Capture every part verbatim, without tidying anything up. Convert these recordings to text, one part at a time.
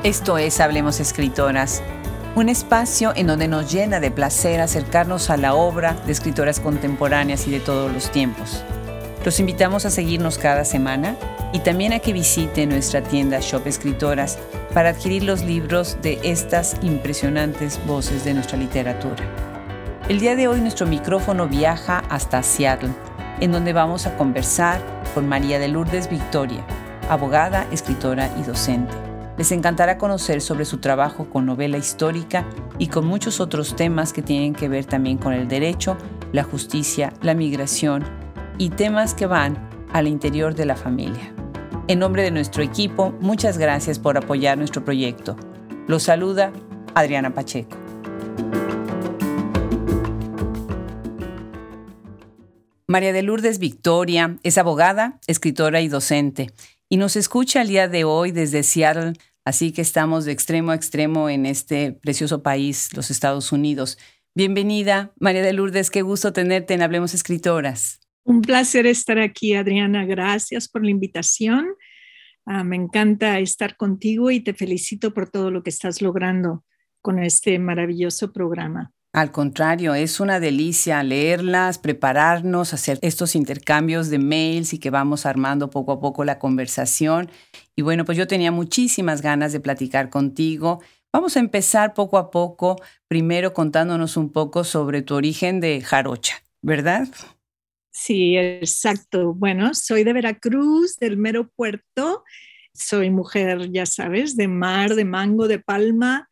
Esto es Hablemos Escritoras, un espacio en donde nos llena de placer acercarnos a la obra de escritoras contemporáneas y de todos los tiempos. Los invitamos a seguirnos cada semana y también a que visiten nuestra tienda Shop Escritoras para adquirir los libros de estas impresionantes voces de nuestra literatura. El día de hoy nuestro micrófono viaja hasta Seattle, en donde vamos a conversar con María de Lourdes Victoria, abogada, escritora y docente. Les encantará conocer sobre su trabajo con novela histórica y con muchos otros temas que tienen que ver también con el derecho, la justicia, la migración y temas que van al interior de la familia. En nombre de nuestro equipo, muchas gracias por apoyar nuestro proyecto. Los saluda Adriana Pacheco. María de Lourdes Victoria es abogada, escritora y docente, y nos escucha el día de hoy desde Seattle, así que estamos de extremo a extremo en este precioso país, los Estados Unidos. Bienvenida, María de Lourdes, qué gusto tenerte en Hablemos Escritoras. Un placer estar aquí, Adriana. Gracias por la invitación. Uh, me encanta estar contigo y te felicito por todo lo que estás logrando con este maravilloso programa. Al contrario, es una delicia leerlas, prepararnos, hacer estos intercambios de mails y que vamos armando poco a poco la conversación. Y bueno, pues yo tenía muchísimas ganas de platicar contigo. Vamos a empezar poco a poco, primero contándonos un poco sobre tu origen de jarocha, ¿verdad? Sí, exacto. Bueno, soy de Veracruz, del mero puerto. Soy mujer, ya sabes, de mar, de mango, de palma.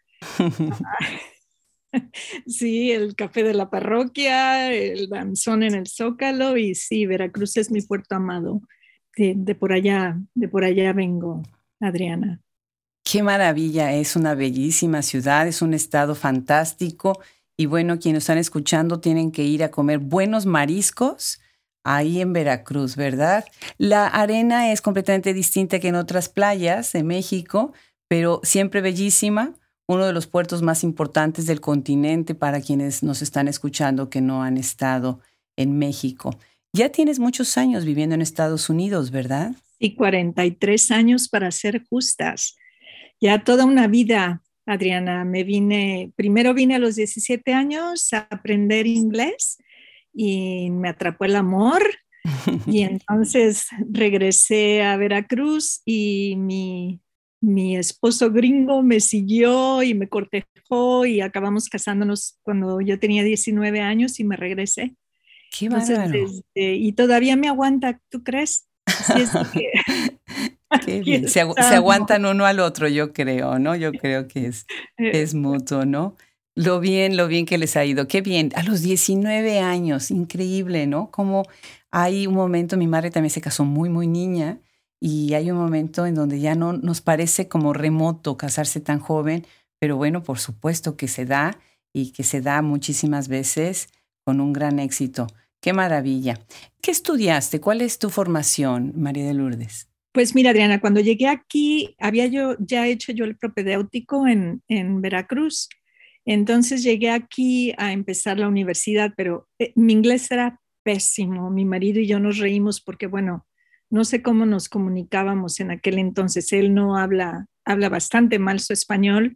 Sí, el café de la parroquia, el danzón en el Zócalo y sí, Veracruz es mi puerto amado. De, de por allá, de por allá vengo, Adriana. Qué maravilla, es una bellísima ciudad, es un estado fantástico y bueno, quienes están escuchando tienen que ir a comer buenos mariscos ahí en Veracruz, ¿verdad? La arena es completamente distinta que en otras playas de México, pero siempre bellísima. Uno de los puertos más importantes del continente para quienes nos están escuchando que no han estado en México. Ya tienes muchos años viviendo en Estados Unidos, ¿verdad? Sí, cuarenta y tres años para ser justas. Ya toda una vida, Adriana. Me vine, primero vine a los diecisiete años a aprender inglés y me atrapó el amor. Y entonces regresé a Veracruz y mi... Mi esposo gringo me siguió y me cortejó y acabamos casándonos cuando yo tenía diecinueve años y me regresé. ¡Qué Entonces, bárbaro! desde, y todavía me aguanta, ¿tú crees? Así es que Qué aquí bien. Se, agu- se estamos. aguantan uno al otro, yo creo, ¿no? Yo creo que es, es mutuo, ¿no? Lo bien, lo bien que les ha ido. Qué bien. A los diecinueve años, increíble, ¿no? Como hay un momento, mi madre también se casó muy, muy niña. Y hay un momento en donde ya no nos parece como remoto casarse tan joven, pero bueno, por supuesto que se da y que se da muchísimas veces con un gran éxito. ¡Qué maravilla! ¿Qué estudiaste? ¿Cuál es tu formación, María de Lourdes? Pues mira, Adriana, cuando llegué aquí, había yo ya hecho yo el propedéutico en, en Veracruz. Entonces llegué aquí a empezar la universidad, pero eh, mi inglés era pésimo. Mi marido y yo nos reímos porque, bueno, no sé cómo nos comunicábamos en aquel entonces. Él no habla, habla bastante mal su español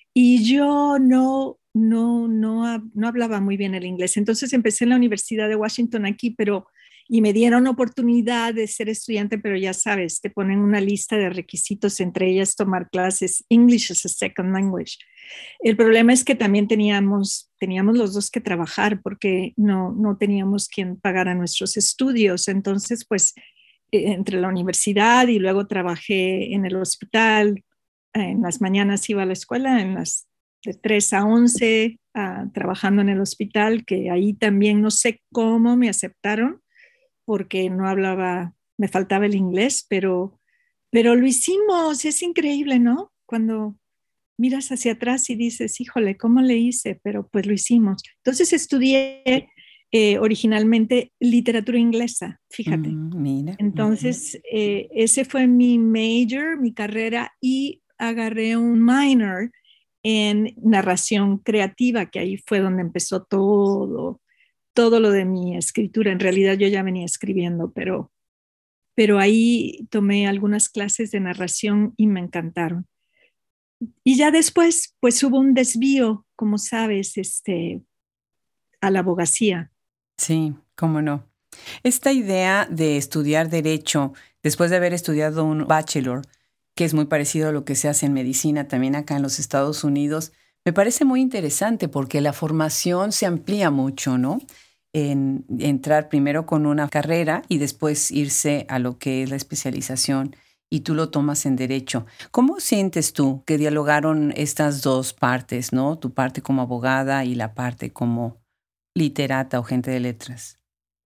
y yo no, no, no, no hablaba muy bien el inglés. Entonces empecé en la Universidad de Washington aquí, pero y me dieron oportunidad de ser estudiante, pero ya sabes, te ponen una lista de requisitos, entre ellas tomar clases English as a Second Language. El problema es que también teníamos, teníamos los dos que trabajar porque no, no teníamos quien pagara nuestros estudios. Entonces, pues, entre la universidad y luego trabajé en el hospital. En las mañanas iba a la escuela, en las de tres a once, uh, trabajando en el hospital, que ahí también no sé cómo me aceptaron porque no hablaba, me faltaba el inglés, pero, pero lo hicimos. Es increíble, ¿no? Cuando miras hacia atrás y dices, híjole, ¿cómo le hice? Pero pues lo hicimos. Entonces estudié eh, originalmente literatura inglesa, fíjate. Mm, mira. Entonces, eh, ese fue mi major, mi carrera, y agarré un minor en narración creativa, que ahí fue donde empezó todo, todo lo de mi escritura. En realidad yo ya venía escribiendo, pero, pero ahí tomé algunas clases de narración y me encantaron. y ya después, pues hubo un desvío, como sabes, este, a la abogacía. Sí, cómo no. Esta idea de estudiar derecho después de haber estudiado un bachelor, que es muy parecido a lo que se hace en medicina también acá en los Estados Unidos, me parece muy interesante porque la formación se amplía mucho, ¿no? En entrar primero con una carrera y después irse a lo que es la especialización y tú lo tomas en derecho. ¿Cómo sientes tú que dialogaron estas dos partes, ¿no? Tu parte como abogada y la parte como literata o gente de letras?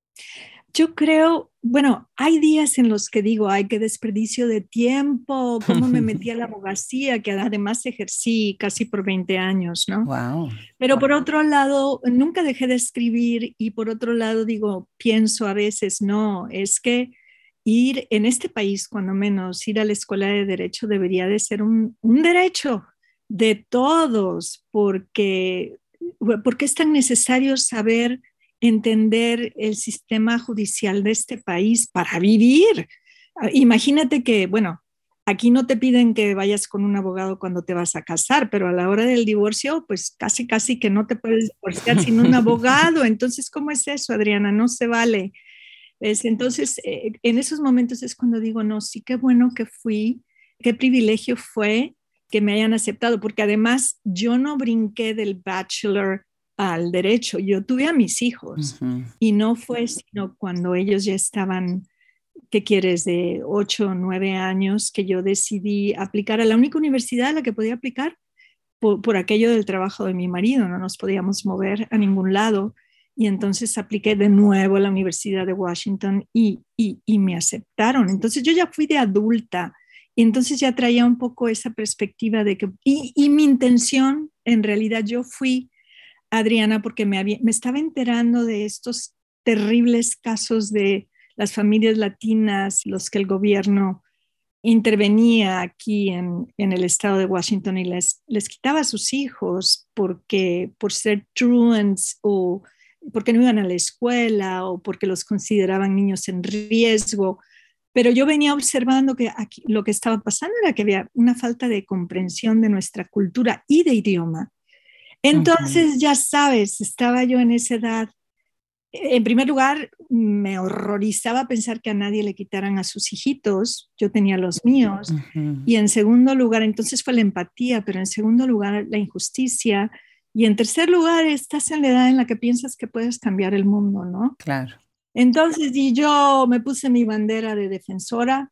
Yo creo, bueno, hay días en los que digo, ay, qué desperdicio de tiempo, cómo me metí a la abogacía, que además ejercí casi por veinte años, ¿no? Wow. Pero por otro lado, nunca dejé de escribir y por otro lado digo, pienso a veces, no, es que ir en este país, cuando menos, ir a la escuela de derecho debería de ser un, un derecho de todos, porque, porque es tan necesario saber entender el sistema judicial de este país para vivir. Imagínate que, bueno, aquí no te piden que vayas con un abogado cuando te vas a casar, pero a la hora del divorcio, pues casi, casi que no te puedes divorciar sin un abogado. Entonces, ¿cómo es eso, Adriana? No se vale. Es, entonces, eh, en esos momentos es cuando digo, no, sí, qué bueno que fui, qué privilegio fue que me hayan aceptado, porque además yo no brinqué del bachelor al derecho, yo tuve a mis hijos Ujú. y no fue sino cuando ellos ya estaban, ¿qué quieres?, de ocho o nueve años, que yo decidí aplicar a la única universidad a la que podía aplicar por, por aquello del trabajo de mi marido, no nos podíamos mover a ningún lado. Y entonces apliqué de nuevo a la Universidad de Washington y, y, y me aceptaron. Entonces yo ya fui de adulta y entonces ya traía un poco esa perspectiva de que, y, y mi intención, en realidad yo fui, Adriana, porque me, había, me estaba enterando de estos terribles casos de las familias latinas, los que el gobierno intervenía aquí en, en el estado de Washington y les, les quitaba a sus hijos porque por ser truants o porque no iban a la escuela o porque los consideraban niños en riesgo. Pero yo venía observando que aquí lo que estaba pasando era que había una falta de comprensión de nuestra cultura y de idioma. Ujú. Entonces, ya sabes, estaba yo en esa edad. En primer lugar, me horrorizaba pensar que a nadie le quitaran a sus hijitos. Yo tenía los míos. Ujú. Y en segundo lugar, entonces fue la empatía, pero en segundo lugar, la injusticia. Y en tercer lugar, estás en la edad en la que piensas que puedes cambiar el mundo, ¿no? Claro. Entonces, y yo me puse mi bandera de defensora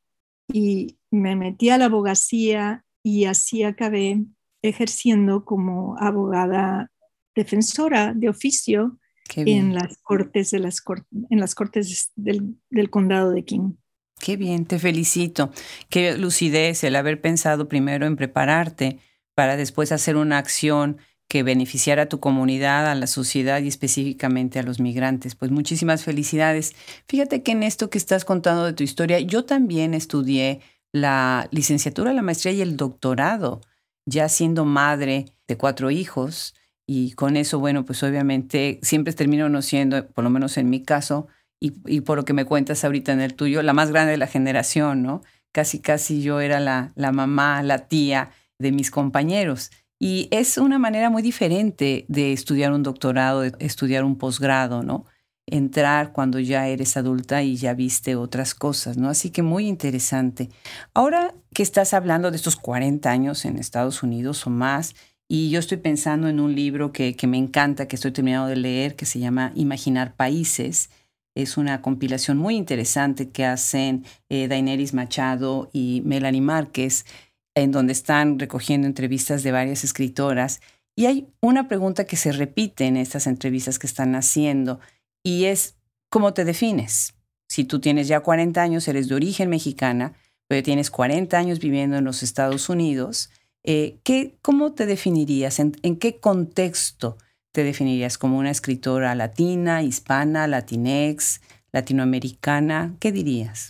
y me metí a la abogacía y así acabé ejerciendo como abogada defensora de oficio Qué en bien. las cortes, de las, cor- en las cortes del, del condado de King. Qué bien, te felicito. Qué lucidez el haber pensado primero en prepararte para después hacer una acción que beneficiara a tu comunidad, a la sociedad y específicamente a los migrantes. Pues muchísimas felicidades. Fíjate que en esto que estás contando de tu historia, yo también estudié la licenciatura, la maestría y el doctorado, ya siendo madre de cuatro hijos. Y con eso, bueno, pues obviamente siempre termino no siendo, por lo menos en mi caso, y, y por lo que me cuentas ahorita en el tuyo, la más grande de la generación, ¿no? Casi, casi yo era la, la mamá, la tía de mis compañeros. Y es una manera muy diferente de estudiar un doctorado, de estudiar un posgrado, ¿no? Entrar cuando ya eres adulta y ya viste otras cosas, ¿no? Así que muy interesante. Ahora que estás hablando de estos cuarenta años en Estados Unidos o más, y yo estoy pensando en un libro que, que me encanta, que estoy terminando de leer, que se llama Imaginar Países. Es una compilación muy interesante que hacen eh, Daenerys Machado y Melanie Márquez, en donde están recogiendo entrevistas de varias escritoras. Y hay una pregunta que se repite en estas entrevistas que están haciendo, y es, ¿cómo te defines? Si tú tienes ya cuarenta años, eres de origen mexicana, pero tienes cuarenta años viviendo en los Estados Unidos, eh, ¿qué, ¿cómo te definirías? ¿En, en qué contexto te definirías? ¿Como una escritora latina, hispana, latinex, latinoamericana? ¿Qué dirías?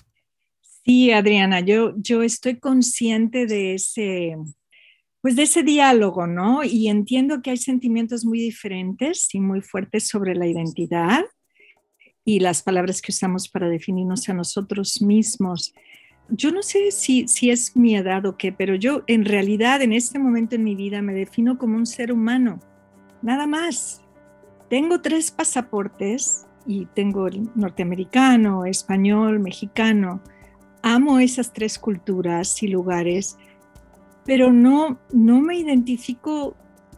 Sí, Adriana, yo, yo estoy consciente de ese, pues de ese diálogo, ¿no? Y entiendo que hay sentimientos muy diferentes y muy fuertes sobre la identidad y las palabras que usamos para definirnos a nosotros mismos. Yo no sé si, si es mi edad o qué, pero yo en realidad en este momento en mi vida me defino como un ser humano, nada más. Tengo tres pasaportes y tengo el norteamericano, español, mexicano. Amo esas tres culturas y lugares, pero no, no me identifico.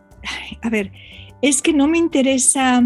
A ver, es que no me interesa,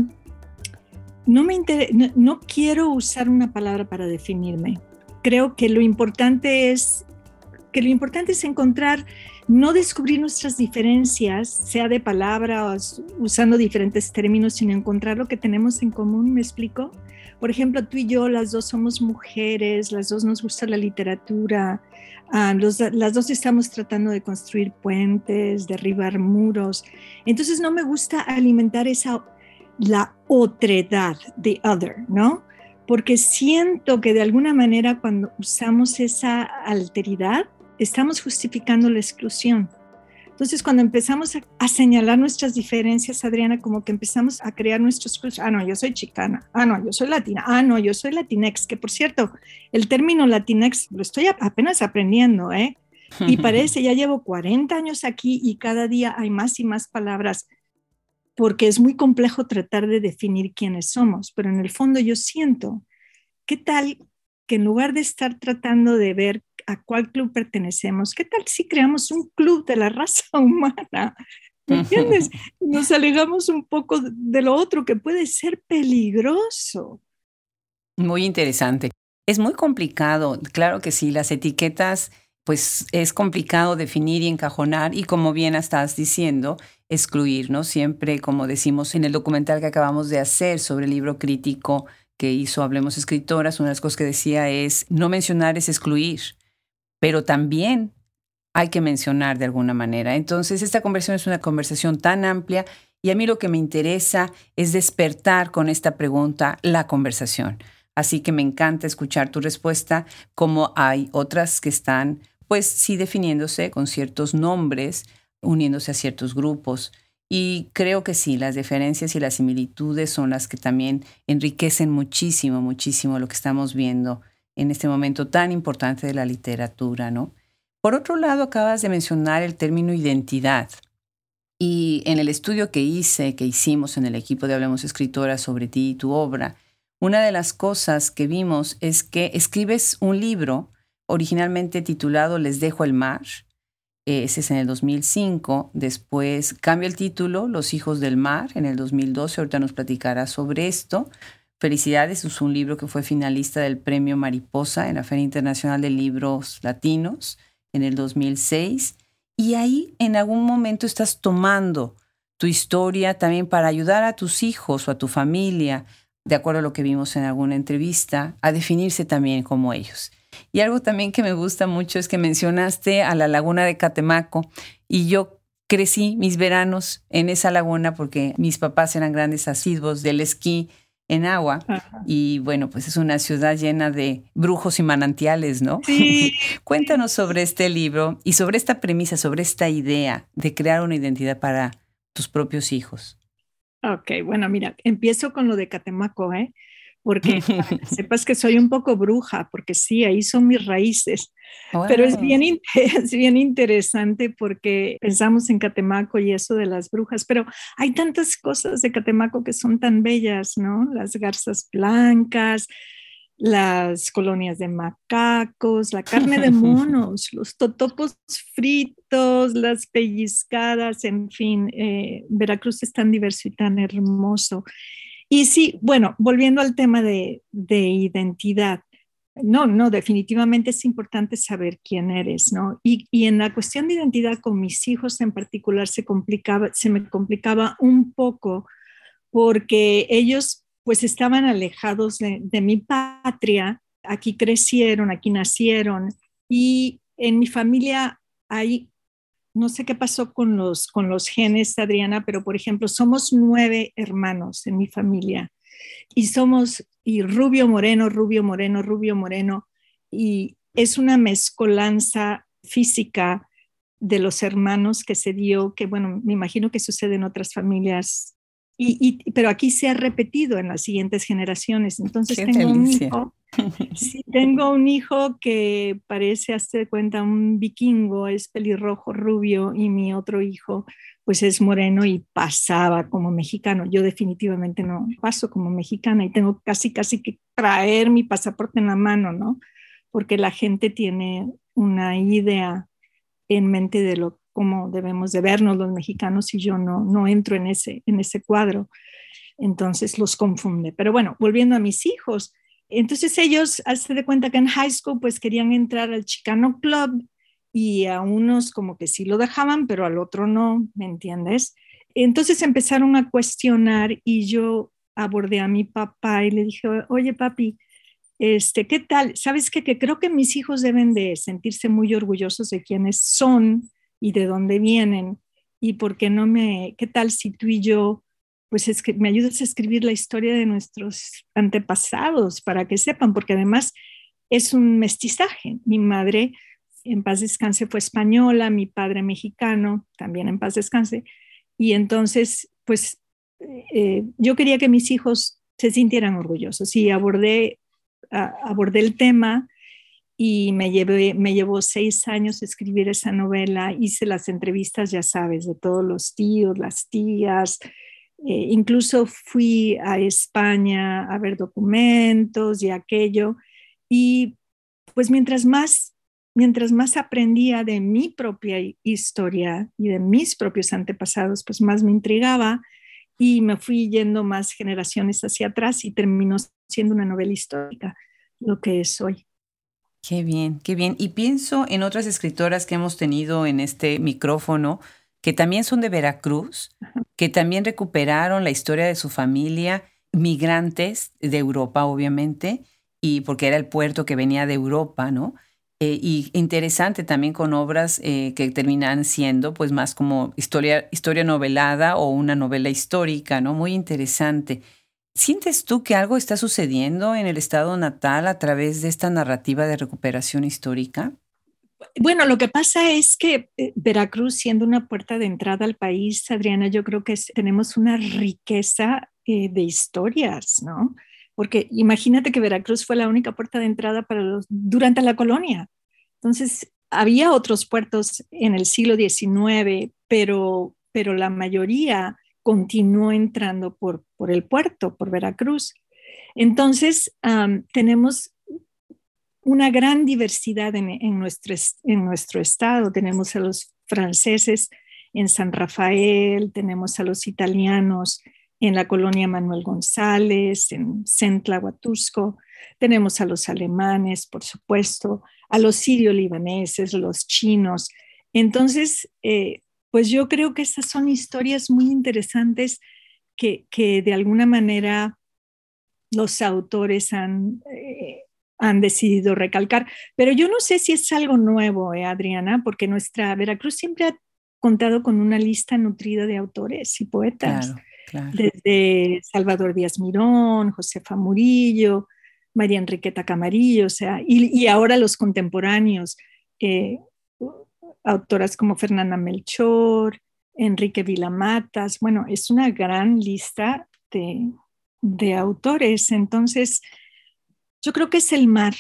no, me inter, no, no quiero usar una palabra para definirme. Creo que lo importante es que lo importante es encontrar, no descubrir nuestras diferencias, sea de palabras, usando diferentes términos, sino encontrar lo que tenemos en común. ¿Me explico? Por ejemplo, tú y yo, las dos somos mujeres, las dos nos gusta la literatura, uh, los, las dos estamos tratando de construir puentes, derribar muros. Entonces no me gusta alimentar esa, la otredad, the other, ¿no? Porque siento que de alguna manera cuando usamos esa alteridad, estamos justificando la exclusión. Entonces, cuando empezamos a, a señalar nuestras diferencias, Adriana, como que empezamos a crear nuestros clubes. Ah, no, yo soy chicana. Ah, no, yo soy latina. Ah, no, yo soy latinex. Que por cierto, el término latinex lo estoy apenas aprendiendo, ¿eh? Y parece, ya llevo cuarenta años aquí y cada día hay más y más palabras, porque es muy complejo tratar de definir quiénes somos. Pero en el fondo yo siento, ¿qué tal que en lugar de estar tratando de ver a cuál club pertenecemos, qué tal si creamos un club de la raza humana? ¿Me entiendes? Nos alejamos un poco de lo otro que puede ser peligroso. Muy interesante. Es muy complicado, claro que sí, las etiquetas, pues es complicado definir y encajonar y como bien estás diciendo, excluir, ¿no? Siempre, como decimos en el documental que acabamos de hacer sobre el libro crítico que hizo Hablemos Escritoras, una de las cosas que decía es, no mencionar es excluir, pero también hay que mencionar de alguna manera. Entonces, esta conversación es una conversación tan amplia y a mí lo que me interesa es despertar con esta pregunta la conversación. Así que me encanta escuchar tu respuesta, como hay otras que están, pues sí, definiéndose con ciertos nombres, uniéndose a ciertos grupos. Y creo que sí, las diferencias y las similitudes son las que también enriquecen muchísimo, muchísimo lo que estamos viendo en este momento tan importante de la literatura, ¿no? Por otro lado, acabas de mencionar el término identidad. Y en el estudio que hice, que hicimos en el equipo de Hablemos Escritoras sobre ti y tu obra, una de las cosas que vimos es que escribes un libro originalmente titulado Les dejo el mar. Ese es en el dos mil cinco. Después cambia el título, Los hijos del mar, en el dos mil doce. Ahorita nos platicarás sobre esto. Felicidades, es un libro que fue finalista del Premio Mariposa en la Feria Internacional de Libros Latinos en el dos mil seis. Y ahí en algún momento estás tomando tu historia también para ayudar a tus hijos o a tu familia, de acuerdo a lo que vimos en alguna entrevista, a definirse también como ellos. Y algo también que me gusta mucho es que mencionaste a la laguna de Catemaco y yo crecí mis veranos en esa laguna porque mis papás eran grandes asiduos del esquí en agua. Ajá. Y bueno, pues es una ciudad llena de brujos y manantiales, ¿no? Sí. Cuéntanos sobre este libro y sobre esta premisa, sobre esta idea de crear una identidad para tus propios hijos. Ok, bueno, mira, empiezo con lo de Catemaco, ¿eh? Porque para que sepas que soy un poco bruja, porque sí, ahí son mis raíces. Wow. Pero es bien, es bien interesante porque pensamos en Catemaco y eso de las brujas, pero hay tantas cosas de Catemaco que son tan bellas, ¿no? Las garzas blancas, las colonias de macacos, la carne de monos, los totopos fritos, las pellizcadas, en fin, eh, Veracruz es tan diverso y tan hermoso. Y sí, bueno, volviendo al tema de, de identidad, no, no, definitivamente es importante saber quién eres, ¿no? Y, y en la cuestión de identidad con mis hijos en particular se complicaba, se me complicaba un poco porque ellos pues estaban alejados de, de mi patria, aquí crecieron, aquí nacieron y en mi familia hay, no sé qué pasó con los, con los genes, Adriana, pero por ejemplo, somos nueve hermanos en mi familia y somos, y rubio moreno, rubio moreno, rubio moreno, y es una mezcolanza física de los hermanos que se dio, que bueno, me imagino que sucede en otras familias Y, y, pero aquí se ha repetido en las siguientes generaciones. Entonces Qué tengo un delicia. hijo, sí, tengo un hijo que parece, hazte cuenta, un vikingo, es pelirrojo, rubio, y mi otro hijo pues es moreno y pasaba como mexicano. Yo definitivamente no paso como mexicana y tengo casi, casi que traer mi pasaporte en la mano, ¿no? Porque la gente tiene una idea en mente de lo cómo debemos de vernos los mexicanos y yo no, no entro en ese, en ese cuadro. Entonces los confunde. Pero bueno, volviendo a mis hijos, entonces ellos, hazte de cuenta que en high school pues querían entrar al Chicano Club y a unos como que sí lo dejaban, pero al otro no, ¿me entiendes? Entonces empezaron a cuestionar y yo abordé a mi papá y le dije, oye papi, este, ¿qué tal? ¿Sabes qué? Que creo que mis hijos deben de sentirse muy orgullosos de quiénes son y de dónde vienen. Y por qué no me, ¿qué tal si tú y yo, pues es que me ayudas a escribir la historia de nuestros antepasados para que sepan? Porque además es un mestizaje. Mi madre, en paz descanse, fue española, mi padre mexicano, también en paz descanse. Y entonces, pues eh, yo quería que mis hijos se sintieran orgullosos y abordé a, abordé el tema y me, llevé, me llevó seis años escribir esa novela. Hice las entrevistas, ya sabes, de todos los tíos, las tías. Eh, incluso fui a España a ver documentos y aquello. Y pues mientras más, mientras más aprendía de mi propia historia y de mis propios antepasados, pues más me intrigaba y me fui yendo más generaciones hacia atrás y terminó siendo una novela histórica, lo que es hoy. Qué bien, qué bien. Y pienso en otras escritoras que hemos tenido en este micrófono, que también son de Veracruz, que también recuperaron la historia de su familia, migrantes de Europa, obviamente, y porque era el puerto que venía de Europa, ¿no? Eh, y interesante también con obras eh, que terminan siendo pues más como historia, historia novelada o una novela histórica, ¿no? Muy interesante. ¿Sientes tú que algo está sucediendo en el estado natal a través de esta narrativa de recuperación histórica? Bueno, lo que pasa es que eh, Veracruz, siendo una puerta de entrada al país, Adriana, yo creo que es, tenemos una riqueza eh, de historias, ¿no? Porque imagínate que Veracruz fue la única puerta de entrada para los, durante la colonia. Entonces, había otros puertos en el siglo diecinueve, pero, pero la mayoría continuó entrando por, por el puerto, por Veracruz. Entonces, um, tenemos una gran diversidad en, en, nuestro, en nuestro estado. Tenemos a los franceses en San Rafael, tenemos a los italianos en la colonia Manuel González, en Centla, Huatusco, tenemos a los alemanes, por supuesto, a los sirio-libaneses, los chinos. Entonces, eh, pues yo creo que estas son historias muy interesantes que, que de alguna manera los autores han, eh, han decidido recalcar. Pero yo no sé si es algo nuevo, eh, Adriana, porque nuestra Veracruz siempre ha contado con una lista nutrida de autores y poetas, Claro, claro. desde Salvador Díaz Mirón, Josefa Murillo, María Enriqueta Camarillo, o sea, y, y ahora los contemporáneos, eh, autoras como Fernanda Melchor, Enrique Vilamatas, bueno, es una gran lista de, de autores. Entonces, yo creo que es el mar.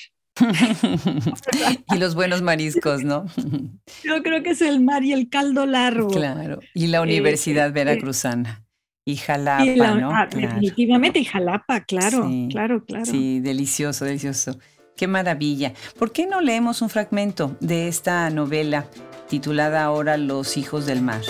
Y los buenos mariscos, ¿no? Yo creo que es el mar y el caldo largo. Claro. Y la Eh, Universidad eh, Veracruzana. Y y Jalapa, la, ¿no? ah, Claro. definitivamente, y Jalapa, claro, Sí, claro, claro. sí, delicioso, delicioso. Qué maravilla. ¿Por qué no leemos un fragmento de esta novela titulada ahora Los hijos del mar?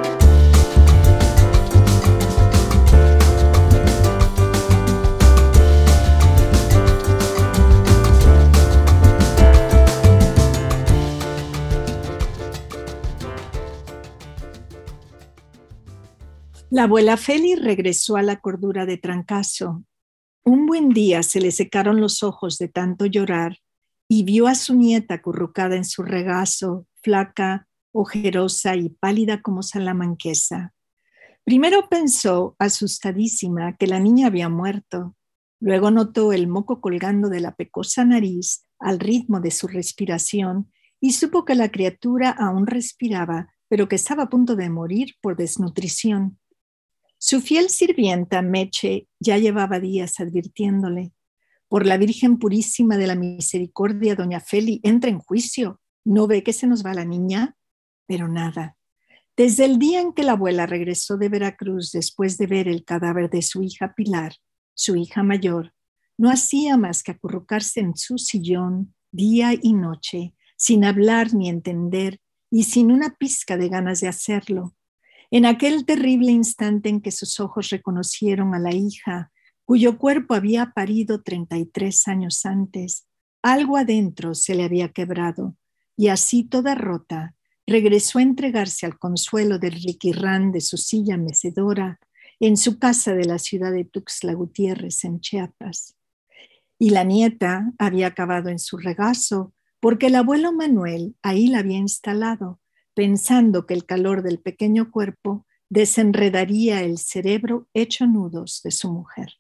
La abuela Feli regresó a la cordura de Trancazo. Un buen día se le secaron los ojos de tanto llorar y vio a su nieta acurrucada en su regazo, flaca, ojerosa y pálida como salamanquesa. Primero pensó, asustadísima, que la niña había muerto. Luego notó el moco colgando de la pecosa nariz al ritmo de su respiración y supo que la criatura aún respiraba, pero que estaba a punto de morir por desnutrición. Su fiel sirvienta, Meche, ya llevaba días advirtiéndole: por la Virgen Purísima de la Misericordia, doña Feli, entra en juicio. ¿No ve que se nos va la niña? Pero nada. Desde el día en que la abuela regresó de Veracruz después de ver el cadáver de su hija Pilar, su hija mayor, no hacía más que acurrucarse en su sillón día y noche, sin hablar ni entender y sin una pizca de ganas de hacerlo. En aquel terrible instante en que sus ojos reconocieron a la hija, cuyo cuerpo había parido treinta y tres años antes, algo adentro se le había quebrado, y así toda rota, regresó a entregarse al consuelo del riquirrán de su silla mecedora en su casa de la ciudad de Tuxtla Gutiérrez, en Chiapas. Y la nieta había acabado en su regazo, porque el abuelo Manuel ahí la había instalado, pensando que el calor del pequeño cuerpo desenredaría el cerebro hecho nudos de su mujer.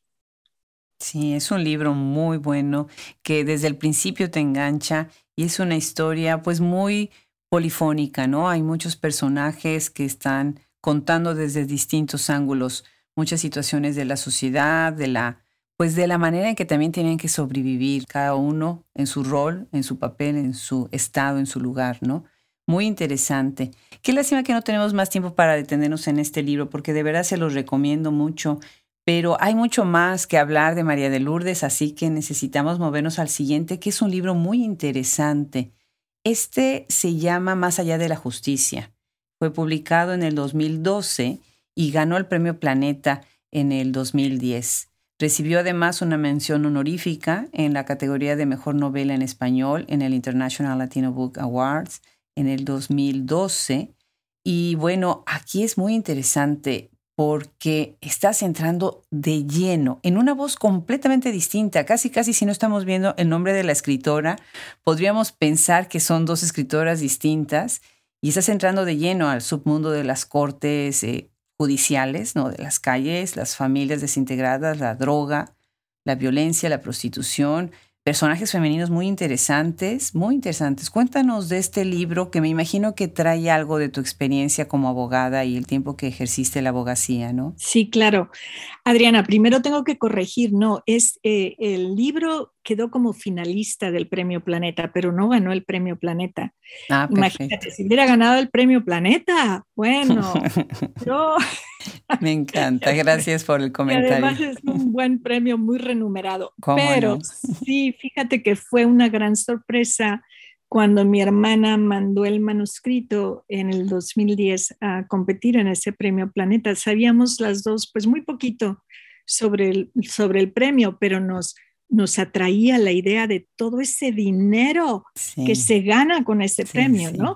Sí, es un libro muy bueno que desde el principio te engancha y es una historia pues muy polifónica, ¿no? Hay muchos personajes que están contando desde distintos ángulos muchas situaciones de la sociedad, de la pues de la manera en que también tienen que sobrevivir cada uno en su rol, en su papel, en su estado, en su lugar, ¿no? Muy interesante. Qué lástima que no tenemos más tiempo para detenernos en este libro porque de verdad se los recomiendo mucho. Pero hay mucho más que hablar de María de Lourdes, así que necesitamos movernos al siguiente, que es un libro muy interesante. Este se llama Más allá de la justicia. Fue publicado en el dos mil doce y ganó el Premio Planeta en el dos mil diez. Recibió además una mención honorífica en la categoría de Mejor Novela en Español en el International Latino Book Awards en el dos mil doce. Y bueno, aquí es muy interesante porque estás entrando de lleno en una voz completamente distinta. Casi, casi si no estamos viendo el nombre de la escritora, podríamos pensar que son dos escritoras distintas y estás entrando de lleno al submundo de las cortes eh, judiciales, ¿no? De las calles, las familias desintegradas, la droga, la violencia, la prostitución. Personajes femeninos muy interesantes, muy interesantes. Cuéntanos de este libro que me imagino que trae algo de tu experiencia como abogada y el tiempo que ejerciste la abogacía, ¿no? Sí, claro. Adriana, primero tengo que corregir, no, es eh, el libro quedó como finalista del Premio Planeta, pero no ganó el Premio Planeta. Ah, perfecto. Imagínate, si hubiera ganado el Premio Planeta, bueno, yo... Me encanta, gracias por el Y comentario. además es un buen premio muy remunerado, ¿Cómo pero no? sí, fíjate que fue una gran sorpresa cuando mi hermana mandó el manuscrito en el dos mil diez a competir en ese premio Planeta. Sabíamos las dos, pues muy poquito sobre el, sobre el premio, pero nos, nos atraía la idea de todo ese dinero Sí, que se gana con ese sí, premio, sí. ¿no?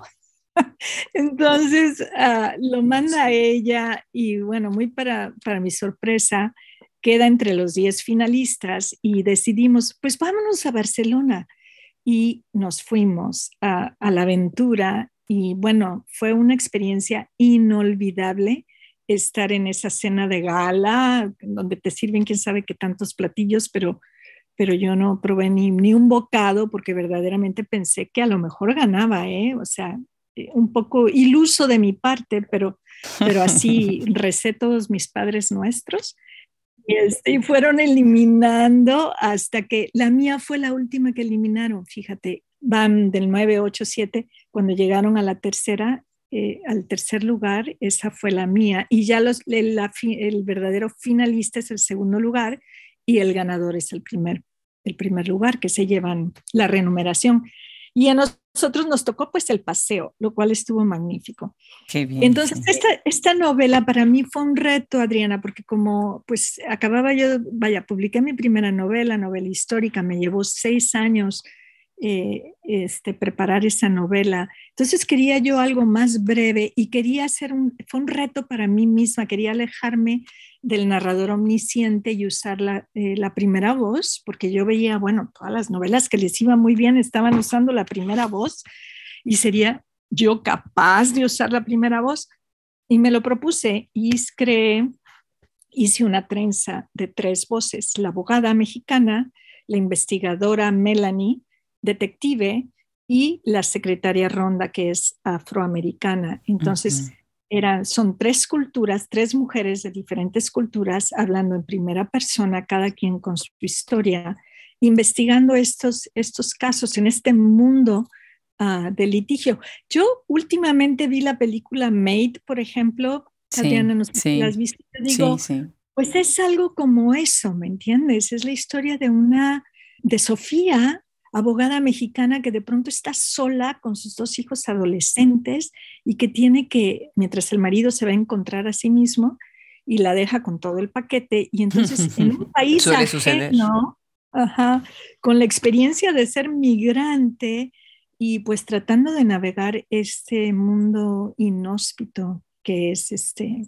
Entonces uh, lo manda a ella y bueno, muy para, para mi sorpresa, queda entre los diez finalistas y decidimos, pues vámonos a Barcelona y nos fuimos a, a la aventura y bueno, fue una experiencia inolvidable estar en esa cena de gala donde te sirven quién sabe qué tantos platillos, pero, pero yo no probé ni, ni un bocado porque verdaderamente pensé que a lo mejor ganaba, ¿eh? O sea, un poco iluso de mi parte, pero, pero así recé todos mis padres nuestros y, este, y fueron eliminando hasta que la mía fue la última que eliminaron, fíjate, van del nueve, ocho, siete, cuando llegaron a la tercera, eh, al tercer lugar, esa fue la mía y ya los, el, la, el verdadero finalista es el segundo lugar y el ganador es el primer, el primer lugar, que se llevan la renumeración. Y a nosotros nos tocó pues el paseo, lo cual estuvo magnífico. Qué bien. Entonces, Sí. esta, esta novela para mí fue un reto, Adriana, porque como pues acababa yo, vaya, publiqué mi primera novela, novela histórica, me llevó seis años eh, este, preparar esa novela. Entonces quería yo algo más breve y quería hacer un, fue un reto para mí misma, quería alejarme del narrador omnisciente y usar la, eh, la primera voz, porque yo veía, bueno, todas las novelas que les iba muy bien estaban usando la primera voz y sería yo capaz de usar la primera voz. Y me lo propuse y creé, hice una trenza de tres voces, la abogada mexicana, la investigadora Melanie, detective, y la secretaria Ronda, que es afroamericana. Entonces, uh-huh. Era, son tres culturas, tres mujeres de diferentes culturas, hablando en primera persona, cada quien con su historia, investigando estos, estos casos en este mundo uh, de litigio. Yo últimamente vi la película Made, por ejemplo. Sí, Adriana, no sé si la has sí, visto. Yo sí, digo, sí. pues es algo como eso, ¿me entiendes? Es la historia de una, de Sofía, abogada mexicana que de pronto está sola con sus dos hijos adolescentes y que tiene que, mientras el marido se va a encontrar a sí mismo y la deja con todo el paquete, y entonces en un país Suele suceder. ajeno, ajá, con la experiencia de ser migrante y pues tratando de navegar este mundo inhóspito que es este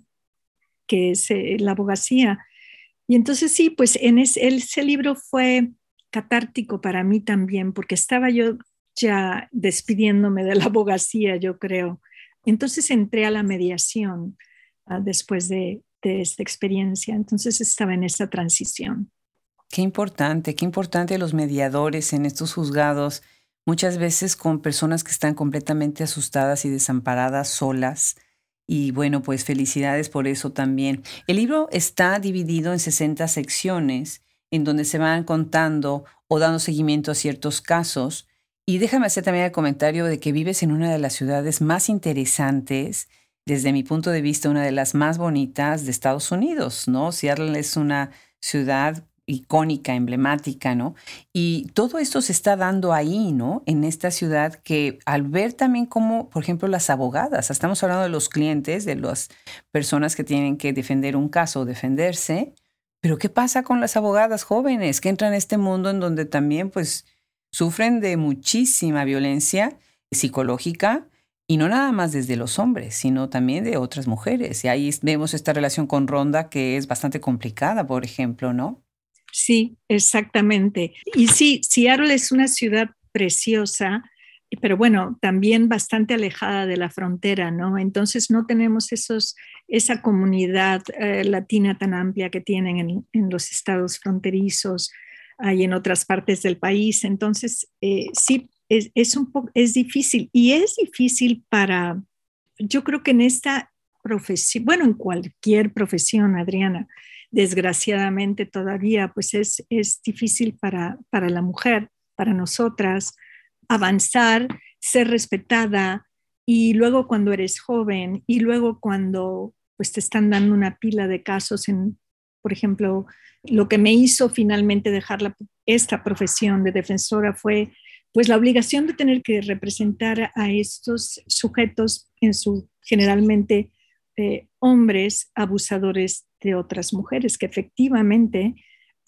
que es eh, la abogacía. Y entonces sí, pues en ese, ese libro fue catártico para mí también, porque estaba yo ya despidiéndome de la abogacía, yo creo. Entonces entré a la mediación uh, después de, de esta experiencia. Entonces estaba en esa transición. Qué importante, qué importante los mediadores en estos juzgados, muchas veces con personas que están completamente asustadas y desamparadas, solas. Y bueno, pues felicidades por eso también. El libro está dividido en sesenta secciones en donde se van contando o dando seguimiento a ciertos casos. Y déjame hacer también el comentario de que vives en una de las ciudades más interesantes, desde mi punto de vista, una de las más bonitas de Estados Unidos, ¿no? Seattle es una ciudad icónica, emblemática, ¿no? Y todo esto se está dando ahí, ¿no? En esta ciudad que al ver también como, por ejemplo, las abogadas, estamos hablando de los clientes, de las personas que tienen que defender un caso o defenderse, pero ¿qué pasa con las abogadas jóvenes que entran a este mundo en donde también pues sufren de muchísima violencia psicológica y no nada más desde los hombres, sino también de otras mujeres? Y ahí vemos esta relación con Ronda que es bastante complicada, por ejemplo, ¿no? Sí, exactamente. Y sí, Seattle es una ciudad preciosa, pero bueno, también bastante alejada de la frontera, ¿no? Entonces no tenemos esos, esa comunidad eh, latina tan amplia que tienen en, en los estados fronterizos y en otras partes del país. Entonces, eh, sí, es, es un poco, es difícil. Y es difícil para, yo creo que en esta profesión, bueno, en cualquier profesión, Adriana, desgraciadamente todavía pues es, es difícil para, para la mujer, para nosotras, avanzar, ser respetada, y luego cuando eres joven y luego cuando pues te están dando una pila de casos en, por ejemplo, lo que me hizo finalmente dejar la, esta profesión de defensora fue pues la obligación de tener que representar a estos sujetos en su generalmente eh, hombres abusadores de otras mujeres que efectivamente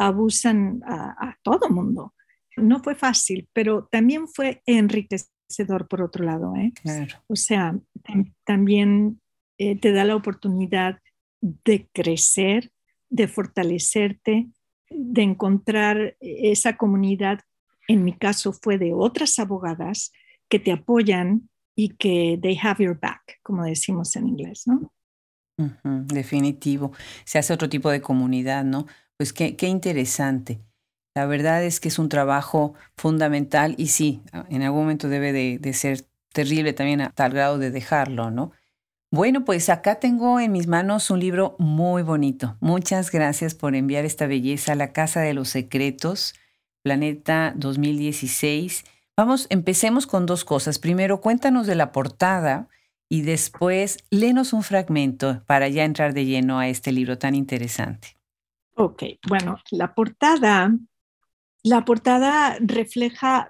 abusan a, a todo mundo. No fue fácil, pero también fue enriquecedor por otro lado, ¿eh? Claro. O sea, tam- también eh, te da la oportunidad de crecer, de fortalecerte, de encontrar esa comunidad. En mi caso fue de otras abogadas que te apoyan y que they have your back, como decimos en inglés, ¿no? Ujú, definitivo. Se hace otro tipo de comunidad, ¿no? Pues qué, qué interesante. La verdad es que es un trabajo fundamental y sí, a- en algún momento debe de, de ser terrible también a tal grado de dejarlo, ¿no? Bueno, pues acá tengo en mis manos un libro muy bonito. Muchas gracias por enviar esta belleza, La Casa de los Secretos, Planeta dos mil dieciséis. Vamos, empecemos con dos cosas. Primero, cuéntanos de la portada y después léenos un fragmento para ya entrar de lleno a este libro tan interesante. Ok, bueno, la portada, la portada refleja,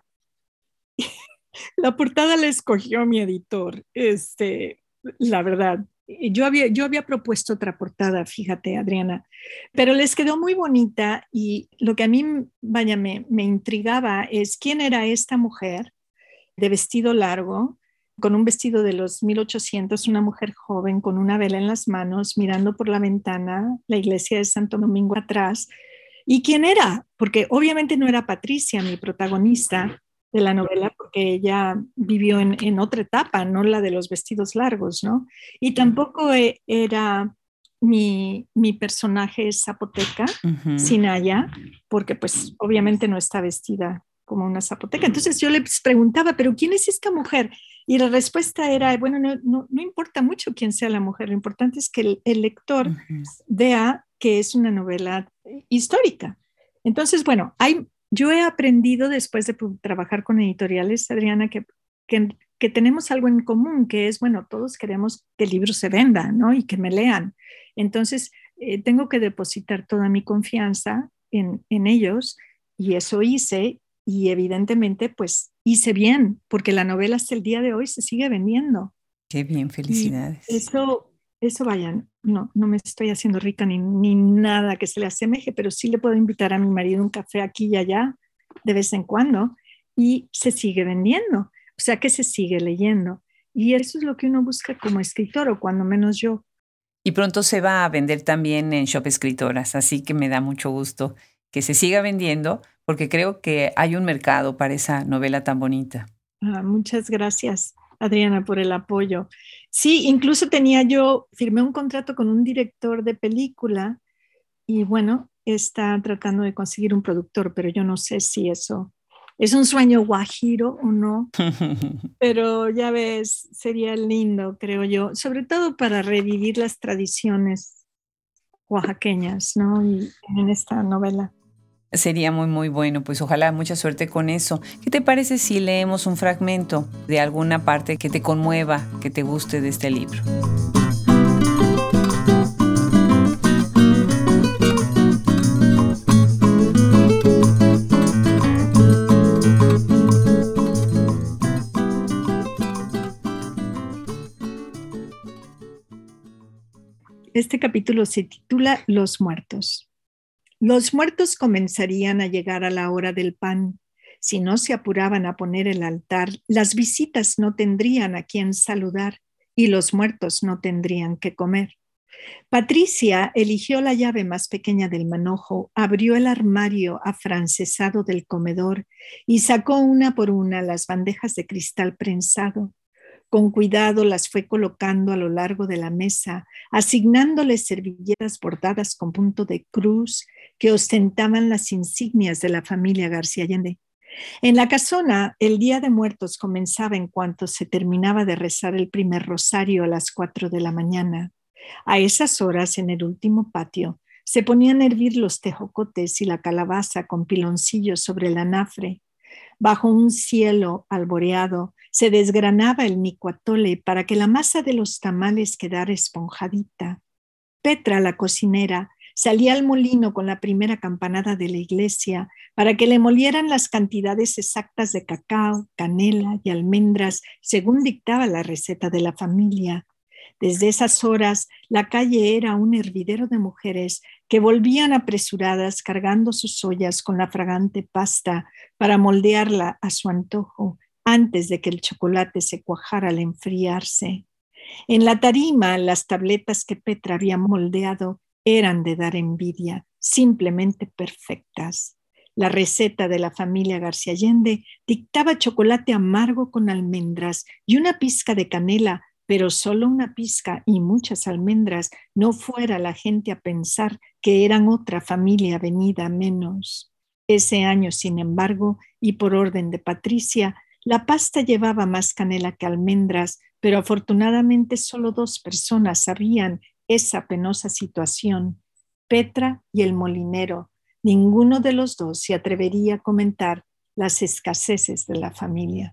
la portada la escogió mi editor, este, la verdad. Yo había, yo había propuesto otra portada, fíjate, Adriana, pero les quedó muy bonita, y lo que a mí, vaya, me, me intrigaba es quién era esta mujer de vestido largo, con un vestido de los mil ochocientos, una mujer joven con una vela en las manos, mirando por la ventana la iglesia de Santo Domingo atrás. ¿Y quién era? Porque obviamente no era Patricia, mi protagonista de la novela, porque ella vivió en, en otra etapa, no la de los vestidos largos, ¿no? Y tampoco eh, era mi, mi personaje zapoteca, Ujú. Sinaya, porque pues obviamente no está vestida como una zapoteca. Entonces yo les preguntaba, ¿pero quién es esta mujer? Y la respuesta era, bueno, no, no, no importa mucho quién sea la mujer, lo importante es que el, el lector Ujú. vea que es una novela histórica. Entonces, bueno, hay, yo he aprendido después de trabajar con editoriales, Adriana, que, que, que tenemos algo en común, que es, bueno, todos queremos que el libro se venda, ¿no? Y que me lean. Entonces, eh, tengo que depositar toda mi confianza en, en ellos, y eso hice, y evidentemente, pues hice bien, porque la novela hasta el día de hoy se sigue vendiendo. Qué bien, Y felicidades. eso, eso vayan, no, no me estoy haciendo rica ni, ni nada que se le asemeje, pero sí le puedo invitar a mi marido un café aquí y allá de vez en cuando, y se sigue vendiendo, o sea que se sigue leyendo. Y eso es lo que uno busca como escritor, o cuando menos yo. Y pronto se va a vender también en Shop Escritoras, así que me da mucho gusto que se siga vendiendo, porque creo que hay un mercado para esa novela tan bonita. Ah, muchas gracias, Adriana, por el apoyo. Sí, incluso tenía yo, firmé un contrato con un director de película, y bueno, está tratando de conseguir un productor, pero yo no sé si eso es un sueño guajiro o no, pero ya ves, sería lindo, creo yo, sobre todo para revivir las tradiciones oaxaqueñas, ¿no? Y en esta novela. Sería muy, muy bueno, pues ojalá mucha suerte con eso. ¿Qué te parece si leemos un fragmento de alguna parte que te conmueva, que te guste de este libro? Este capítulo se titula Los muertos. Los muertos comenzarían a llegar a la hora del pan. Si no se apuraban a poner el altar, las visitas no tendrían a quien saludar y los muertos no tendrían que comer. Patricia eligió la llave más pequeña del manojo, abrió el armario afrancesado del comedor y sacó una por una las bandejas de cristal prensado. Con cuidado las fue colocando a lo largo de la mesa, asignándoles servilletas bordadas con punto de cruz que ostentaban las insignias de la familia García Allende. En la casona, el Día de Muertos comenzaba en cuanto se terminaba de rezar el primer rosario a las cuatro de la mañana. A esas horas, en el último patio, se ponían a hervir los tejocotes y la calabaza con piloncillos sobre el anafre. Bajo un cielo alboreado, se desgranaba el nicuatole para que la masa de los tamales quedara esponjadita. Petra, la cocinera, salía al molino con la primera campanada de la iglesia para que le molieran las cantidades exactas de cacao, canela y almendras, según dictaba la receta de la familia. Desde esas horas, la calle era un hervidero de mujeres que volvían apresuradas cargando sus ollas con la fragante pasta para moldearla a su antojo antes de que el chocolate se cuajara al enfriarse. En la tarima, las tabletas que Petra había moldeado eran de dar envidia, simplemente perfectas. La receta de la familia García Allende dictaba chocolate amargo con almendras y una pizca de canela, pero solo una pizca y muchas almendras, no fuera la gente a pensar que eran otra familia venida menos. Ese año, sin embargo, y por orden de Patricia, la pasta llevaba más canela que almendras, pero afortunadamente solo dos personas sabían esa penosa situación, Petra y el molinero. Ninguno de los dos se atrevería a comentar las escaseces de la familia.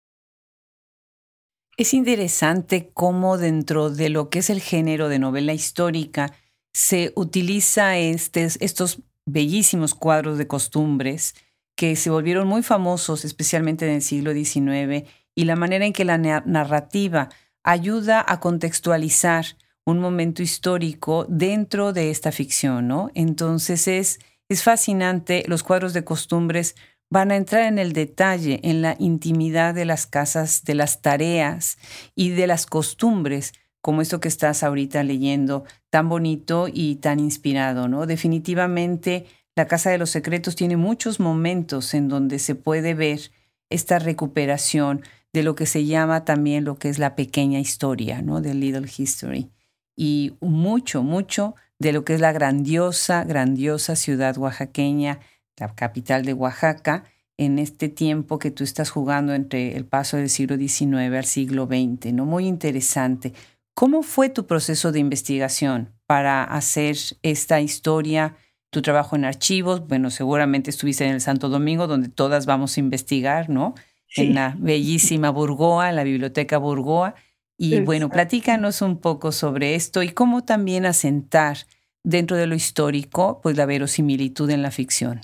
Es interesante cómo dentro de lo que es el género de novela histórica se utiliza estes, estos bellísimos cuadros de costumbres que se volvieron muy famosos, especialmente en el siglo diecinueve, y la manera en que la narrativa ayuda a contextualizar un momento histórico dentro de esta ficción, ¿no? Entonces es, es fascinante. Los cuadros de costumbres van a entrar en el detalle, en la intimidad de las casas, de las tareas y de las costumbres, como esto que estás ahorita leyendo, tan bonito y tan inspirado, ¿no? Definitivamente, La Casa de los Secretos tiene muchos momentos en donde se puede ver esta recuperación de lo que se llama también lo que es la pequeña historia, ¿no? The Little History. Y mucho, mucho de lo que es la grandiosa, grandiosa ciudad oaxaqueña, la capital de Oaxaca, en este tiempo que tú estás jugando entre el paso del siglo diecinueve al siglo veinte, ¿no? Muy interesante. ¿Cómo fue tu proceso de investigación para hacer esta historia, tu trabajo en archivos? Bueno, seguramente estuviste en el Santo Domingo, donde todas vamos a investigar, ¿no? En Sí, la bellísima Burgoa, en la Biblioteca Burgoa. Y bueno, exacto. platícanos un poco sobre esto y cómo también asentar dentro de lo histórico, pues la verosimilitud en la ficción.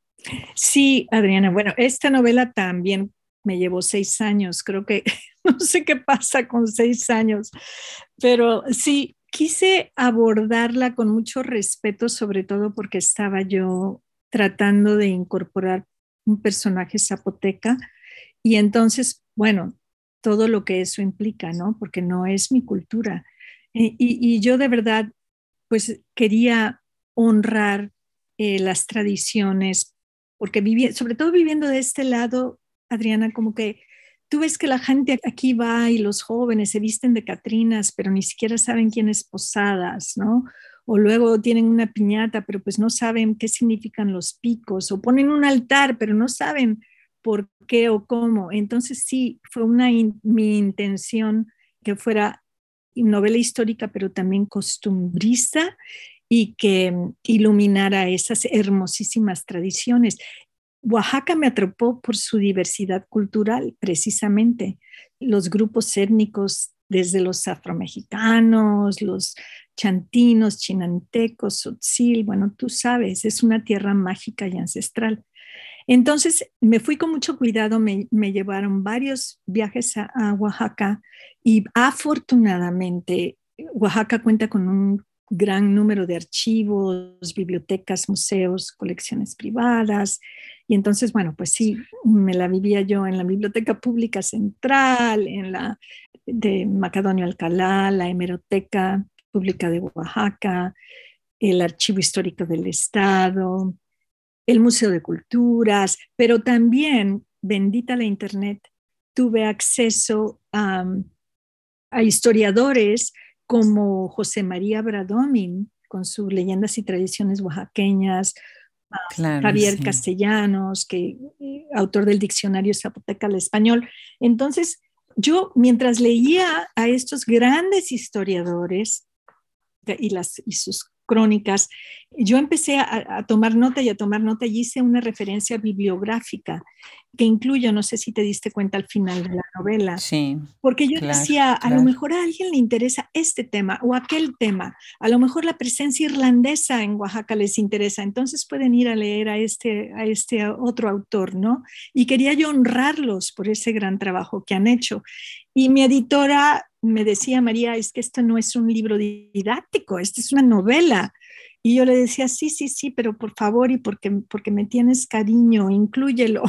Sí, Adriana, bueno, esta novela también me llevó seis años, creo que no sé qué pasa con seis años, pero sí, quise abordarla con mucho respeto, sobre todo porque estaba yo tratando de incorporar un personaje zapoteca y entonces, bueno, todo lo que eso implica, ¿no? Porque no es mi cultura. Y, y- y yo de verdad, pues quería honrar eh, las tradiciones, porque vivi sobre todo viviendo de este lado, Adriana, como que tú ves que la gente aquí va y los jóvenes se visten de catrinas, pero ni siquiera saben quién es Posadas, ¿no? O luego tienen una piñata, pero pues no saben qué significan los picos, o ponen un altar, pero no saben por qué o cómo. Entonces sí, fue una in mi intención que fuera novela histórica, pero también costumbrista y que iluminara esas hermosísimas tradiciones. Oaxaca me atrapó por su diversidad cultural, precisamente. Los grupos étnicos, desde los afromexicanos, los chantinos, chinantecos, tzotzil, bueno, tú sabes, es una tierra mágica y ancestral. Entonces me fui con mucho cuidado, me, me llevaron varios viajes a, a Oaxaca y afortunadamente Oaxaca cuenta con un gran número de archivos, bibliotecas, museos, colecciones privadas. Y entonces, bueno, pues sí, me la vivía yo en la Biblioteca Pública Central, en la de Macadonio Alcalá, la Hemeroteca Pública de Oaxaca, el Archivo Histórico del Estado, el Museo de Culturas, pero también, bendita la Internet, tuve acceso a, a historiadores como José María Bradomín, con sus leyendas y tradiciones oaxaqueñas, Claro, Javier sí. Castellanos, que, eh, autor del diccionario Zapoteca al español. Entonces, yo mientras leía a estos grandes historiadores, y, las, y sus crónicas, yo empecé a, a, tomar nota y a tomar nota y hice una referencia bibliográfica que incluyo, no sé si te diste cuenta al final de la novela, Sí, porque yo claro, decía, a lo claro. mejor a alguien le interesa este tema o aquel tema, a lo mejor la presencia irlandesa en Oaxaca les interesa, entonces pueden ir a leer a este, a este otro autor, ¿no? Y quería yo honrarlos por ese gran trabajo que han hecho. Y mi editora me decía, María, es que esto no es un libro didáctico, esto es una novela. Y yo le decía, sí, sí, sí, pero por favor y porque, porque me tienes cariño, inclúyelo.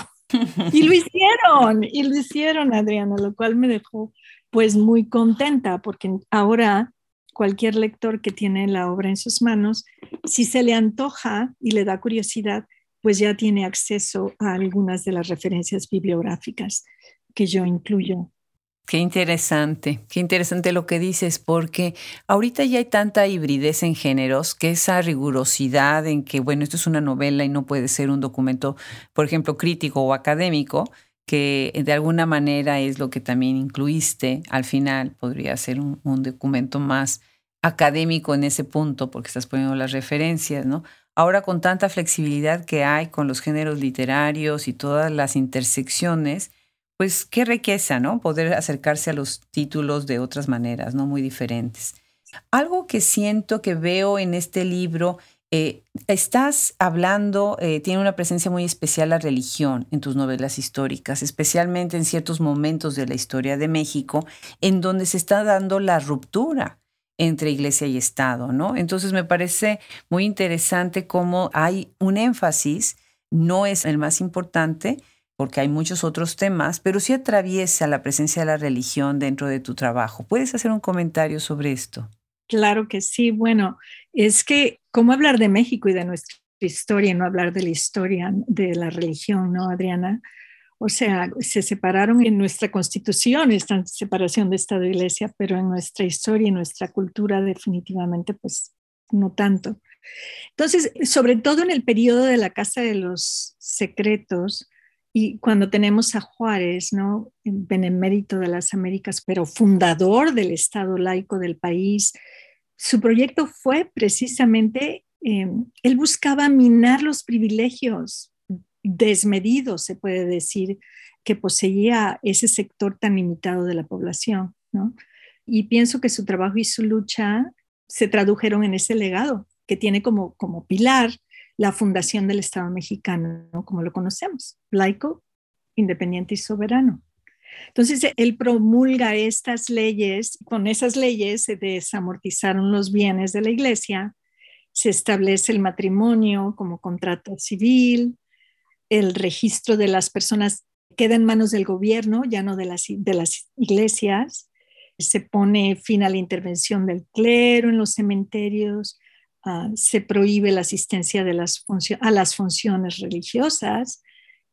Y lo hicieron, y lo hicieron, Adriana, lo cual me dejó pues muy contenta, porque ahora cualquier lector que tiene la obra en sus manos, si se le antoja y le da curiosidad, pues ya tiene acceso a algunas de las referencias bibliográficas que yo incluyo. Qué interesante, qué interesante lo que dices, porque ahorita ya hay tanta hibridez en géneros que esa rigurosidad en que, bueno, esto es una novela y no puede ser un documento, por ejemplo, crítico o académico, que de alguna manera es lo que también incluiste al final, podría ser un, un documento más académico en ese punto, porque estás poniendo las referencias, ¿no? Ahora con tanta flexibilidad que hay con los géneros literarios y todas las intersecciones, pues qué riqueza, ¿no? Poder acercarse a los títulos de otras maneras, ¿no? Muy diferentes. Algo que siento que veo en este libro, eh, estás hablando, eh, tiene una presencia muy especial la religión en tus novelas históricas, especialmente en ciertos momentos de la historia de México, en donde se está dando la ruptura entre iglesia y Estado, ¿no? Entonces me parece muy interesante cómo hay un énfasis, no es el más importante, porque hay muchos otros temas, pero sí atraviesa la presencia de la religión dentro de tu trabajo. ¿Puedes hacer un comentario sobre esto? Claro que sí. Bueno, es que, ¿cómo hablar de México y de nuestra historia y no hablar de la historia de la religión, ¿no, Adriana? O sea, se separaron en nuestra constitución, esta separación de Estado e Iglesia, pero en nuestra historia y nuestra cultura definitivamente, pues no tanto. Entonces, sobre todo en el periodo de la Casa de los Secretos, Y cuando tenemos a Juárez, ¿no? Benemérito de las Américas, pero fundador del Estado laico del país, su proyecto fue precisamente, eh, él buscaba minar los privilegios desmedidos, se puede decir, que poseía ese sector tan limitado de la población, ¿no? Y pienso que su trabajo y su lucha se tradujeron en ese legado que tiene como, como pilar la fundación del Estado mexicano, ¿no? Como lo conocemos, laico, independiente y soberano. Entonces, él promulga estas leyes, con esas leyes se desamortizaron los bienes de la iglesia, se establece el matrimonio como contrato civil, el registro de las personas queda en manos del gobierno, ya no de las, de las iglesias, se pone fin a la intervención del clero en los cementerios, uh, se prohíbe la asistencia de las a las funciones religiosas,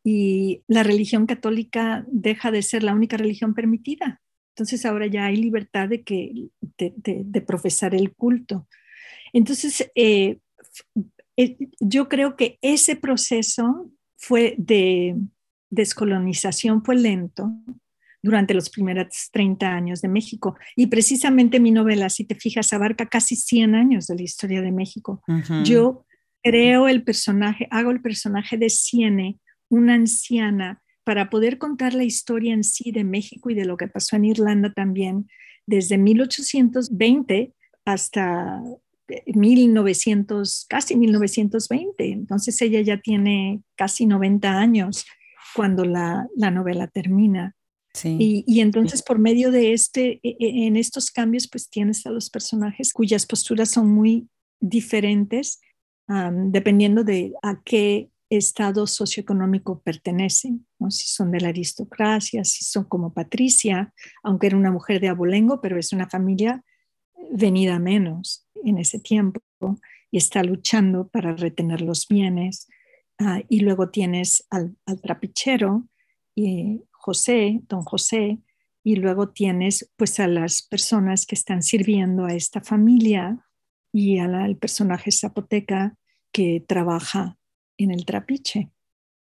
y la religión católica deja de ser la única religión permitida. Entonces ahora ya hay libertad de, que, de, de, de profesar el culto. Entonces eh, eh, yo creo que ese proceso fue de descolonización fue lento durante los primeros treinta años de México. Y precisamente mi novela, si te fijas, abarca casi cien años de la historia de México. Uh-huh. Yo creo el personaje, hago el personaje de Siene, una anciana, para poder contar la historia en sí de México y de lo que pasó en Irlanda también, desde mil ochocientos veinte hasta mil novecientos, casi mil novecientos veinte. Entonces ella ya tiene casi noventa años cuando la, la novela termina. Sí. Y, y entonces por medio de este, en estos cambios, pues tienes a los personajes cuyas posturas son muy diferentes, um, dependiendo de a qué estado socioeconómico pertenecen, ¿no? Si son de la aristocracia, si son como Patricia, aunque era una mujer de abolengo, pero es una familia venida a menos en ese tiempo y está luchando para retener los bienes. Uh, y luego tienes al, al trapichero, y José, don José, y luego tienes pues a las personas que están sirviendo a esta familia y al personaje zapoteca que trabaja en el trapiche.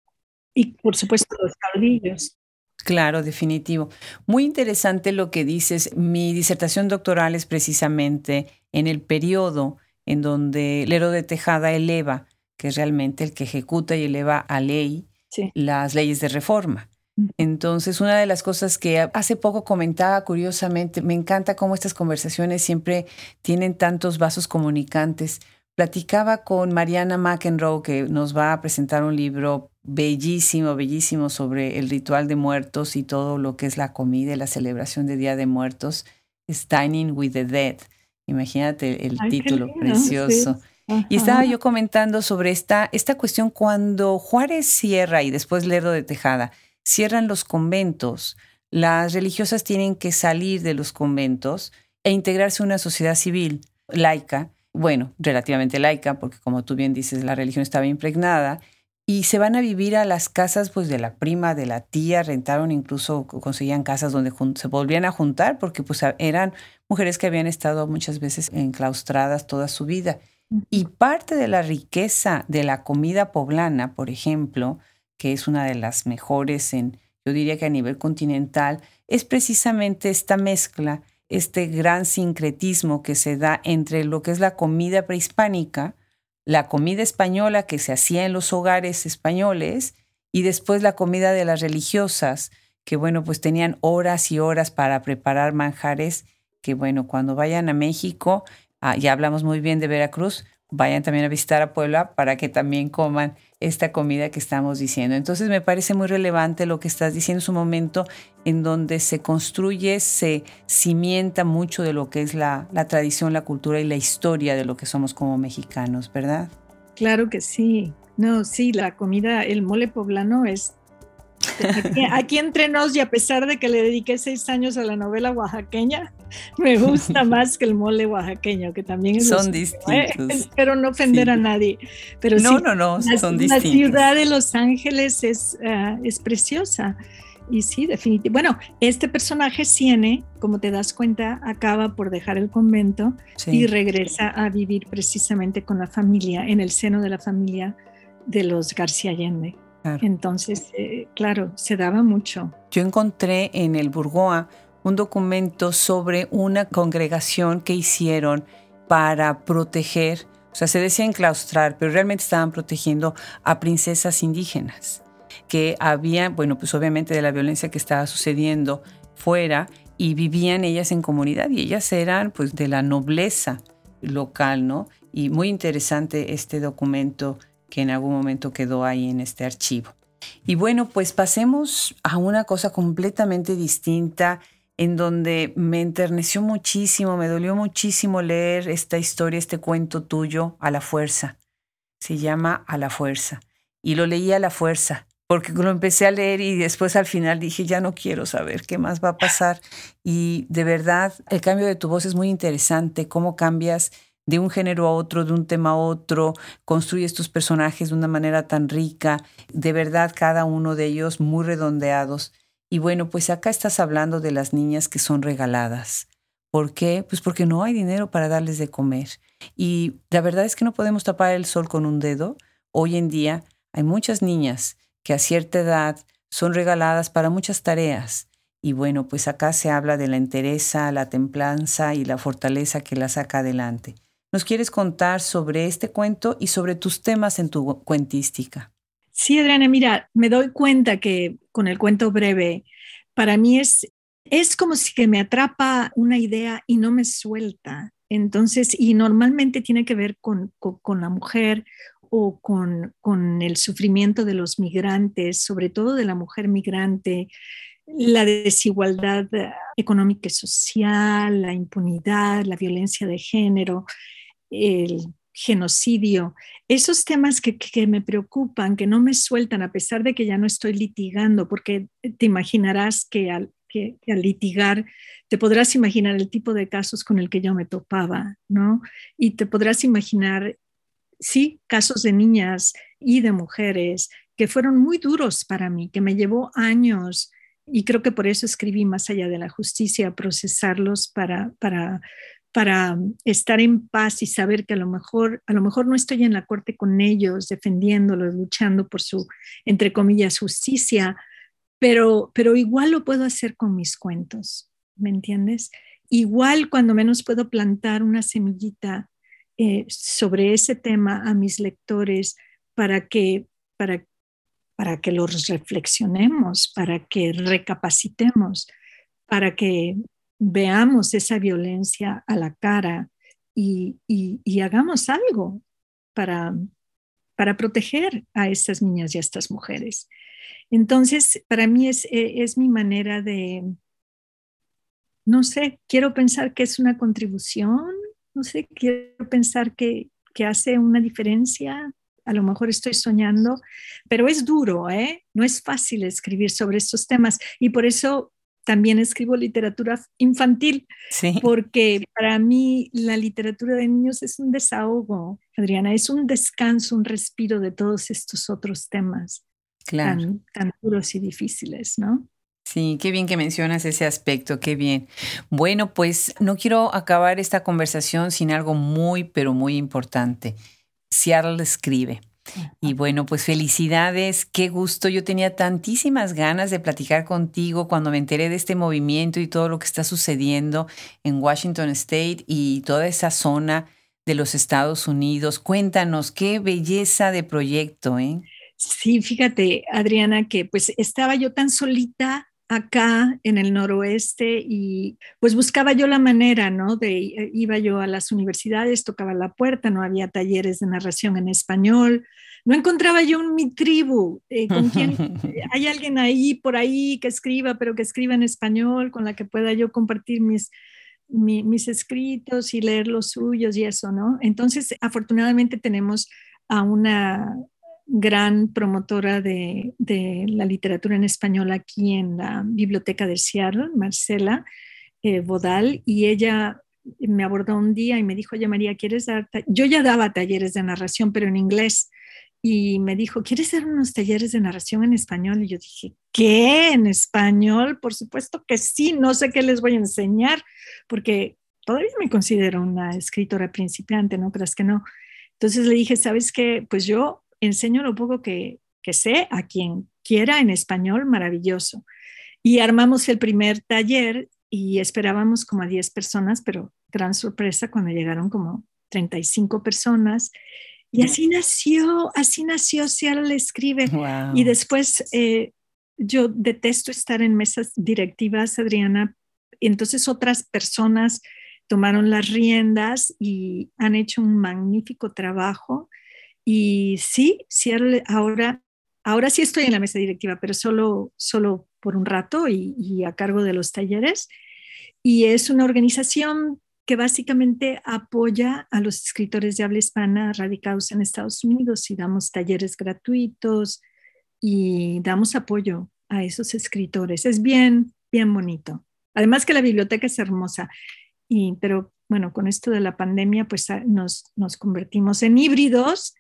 Y por supuesto los caudillos. Claro, definitivo. Muy interesante lo que dices. Mi disertación doctoral es precisamente en el periodo en donde Lerdo de Tejada eleva, que es realmente el que ejecuta y eleva a ley, sí, las leyes de reforma. Entonces, una de las cosas que hace poco comentaba curiosamente, me encanta cómo estas conversaciones siempre tienen tantos vasos comunicantes. Platicaba con Mariana McEnroe, que nos va a presentar un libro bellísimo, bellísimo sobre el ritual de muertos y todo lo que es la comida y la celebración de Día de Muertos. Es Dining with the Dead. Imagínate el Ay, título precioso. Sí. Y estaba yo comentando sobre esta, esta cuestión cuando Juárez cierra y después Lerdo de Tejada cierran los conventos, las religiosas tienen que salir de los conventos e integrarse a una sociedad civil laica, bueno, relativamente laica, porque como tú bien dices, la religión estaba impregnada, y se van a vivir a las casas pues, de la prima, de la tía, rentaron, incluso conseguían casas donde se volvían a juntar, porque pues, eran mujeres que habían estado muchas veces enclaustradas toda su vida. Y parte de la riqueza de la comida poblana, por ejemplo, que es una de las mejores, en, yo diría que a nivel continental, es precisamente esta mezcla, este gran sincretismo que se da entre lo que es la comida prehispánica, la comida española que se hacía en los hogares españoles y después la comida de las religiosas, que bueno, pues tenían horas y horas para preparar manjares, que bueno, cuando vayan a México, ah, ya hablamos muy bien de Veracruz, vayan también a visitar a Puebla para que también coman esta comida que estamos diciendo. Entonces me parece muy relevante lo que estás diciendo, es un momento en donde se construye, se cimienta mucho de lo que es la, la tradición, la cultura y la historia de lo que somos como mexicanos, ¿verdad? Claro que sí. No, sí, la comida, el mole poblano es aquí, aquí entre nos, y a pesar de que le dediqué seis años a la novela oaxaqueña, me gusta más que el mole oaxaqueño, que también es son distintos. ¿eh? Espero no ofender sí. a nadie. Pero no, sí, no, no, la, son la distintos. La ciudad de Los Ángeles es, uh, es preciosa. Y sí, definitivamente. Bueno, este personaje, Siene, como te das cuenta, acaba por dejar el convento sí. y regresa a vivir precisamente con la familia, en el seno de la familia de los García Allende. Claro. Entonces, eh, claro, se daba mucho. Yo encontré en el Bourgois un documento sobre una congregación que hicieron para proteger, o sea, se decía enclaustrar, pero realmente estaban protegiendo a princesas indígenas, que había, bueno, pues obviamente de la violencia que estaba sucediendo fuera, y vivían ellas en comunidad, y ellas eran pues de la nobleza local, ¿no? Y muy interesante este documento que en algún momento quedó ahí en este archivo. Y bueno, pues pasemos a una cosa completamente distinta, en donde me enterneció muchísimo, me dolió muchísimo leer esta historia, este cuento tuyo, A la fuerza. Se llama A la fuerza. Y lo leí a la fuerza, porque lo empecé a leer y después al final dije, ya no quiero saber qué más va a pasar. Y de verdad, el cambio de tu voz es muy interesante, cómo cambias de un género a otro, de un tema a otro, construyes tus personajes de una manera tan rica, de verdad cada uno de ellos muy redondeados. Y bueno, pues acá estás hablando de las niñas que son regaladas. ¿Por qué? Pues porque no hay dinero para darles de comer. Y la verdad es que no podemos tapar el sol con un dedo. Hoy en día hay muchas niñas que a cierta edad son regaladas para muchas tareas. Y bueno, pues acá se habla de la entereza, la templanza y la fortaleza que la saca adelante. ¿Nos quieres contar sobre este cuento y sobre tus temas en tu cuentística? Sí, Adriana, mira, me doy cuenta que con el cuento breve, para mí es, es como si que me atrapa una idea y no me suelta. Entonces, y normalmente tiene que ver con, con, con la mujer o con, con el sufrimiento de los migrantes, sobre todo de la mujer migrante, la desigualdad económica y social, la impunidad, la violencia de género, el genocidio, esos temas que, que, me preocupan, que no me sueltan a pesar de que ya no estoy litigando, porque te imaginarás que al, que, que al litigar te podrás imaginar el tipo de casos con el que yo me topaba, ¿no? Y te podrás imaginar, sí, casos de niñas y de mujeres que fueron muy duros para mí, que me llevó años, y creo que por eso escribí Más allá de la justicia, procesarlos para, para para estar en paz y saber que a lo mejor, a lo mejor no estoy en la corte con ellos, defendiéndolos, luchando por su, entre comillas, justicia, pero, pero igual lo puedo hacer con mis cuentos, ¿me entiendes? Igual cuando menos puedo plantar una semillita eh, sobre ese tema a mis lectores para que, para, para que los reflexionemos, para que recapacitemos, para que veamos esa violencia a la cara y, y, y hagamos algo para, para proteger a estas niñas y a estas mujeres. Entonces, para mí es, es mi manera de, no sé, quiero pensar que es una contribución, no sé, quiero pensar que, que hace una diferencia. A lo mejor estoy soñando, pero es duro, ¿eh? No es fácil escribir sobre estos temas y por eso también escribo literatura infantil, sí, porque para mí la literatura de niños es un desahogo, Adriana, es un descanso, un respiro de todos estos otros temas claro. tan, tan duros y difíciles, ¿no? Sí, qué bien que mencionas ese aspecto, qué bien. Bueno, pues no quiero acabar esta conversación sin algo muy, pero muy importante. Seattle escribe. Y bueno, pues felicidades, qué gusto. Yo tenía tantísimas ganas de platicar contigo cuando me enteré de este movimiento y todo lo que está sucediendo en Washington State y toda esa zona de los Estados Unidos. Cuéntanos, qué belleza de proyecto, ¿eh? Sí, fíjate, Adriana, que pues estaba yo tan solita acá en el noroeste y pues buscaba yo la manera, ¿no? De, iba yo a las universidades, tocaba la puerta, no había talleres de narración en español, no encontraba yo mi tribu, eh, con quien hay alguien ahí por ahí que escriba, pero que escriba en español, con la que pueda yo compartir mis, mi, mis escritos y leer los suyos y eso, ¿no? Entonces, afortunadamente tenemos a una gran promotora de, de, la literatura en español aquí en la Biblioteca de Seattle, Marcela eh, Bodal, y ella me abordó un día y me dijo, oye María, ¿quieres dar? Yo ya daba talleres de narración, pero en inglés, y me dijo, ¿quieres dar unos talleres de narración en español? Y yo dije, ¿qué? ¿En español? Por supuesto que sí, no sé qué les voy a enseñar, porque todavía me considero una escritora principiante, ¿no creas que no? Entonces le dije, ¿sabes qué? Pues yo enseño lo poco que, que sé, a quien quiera en español, maravilloso. Y armamos el primer taller y esperábamos como a diez personas, pero gran sorpresa cuando llegaron como treinta y cinco personas. Y así nació, así nació Seattle Escribe. Wow. Y después eh, yo detesto estar en mesas directivas, Adriana. Entonces otras personas tomaron las riendas y han hecho un magnífico trabajo. Y sí, Seattle ahora, ahora sí estoy en la mesa directiva, pero solo, solo por un rato y, y a cargo de los talleres. Y es una organización que básicamente apoya a los escritores de habla hispana radicados en Estados Unidos y damos talleres gratuitos y damos apoyo a esos escritores. Es bien, bien bonito. Además que la biblioteca es hermosa, y, pero bueno, con esto de la pandemia pues nos, nos convertimos en híbridos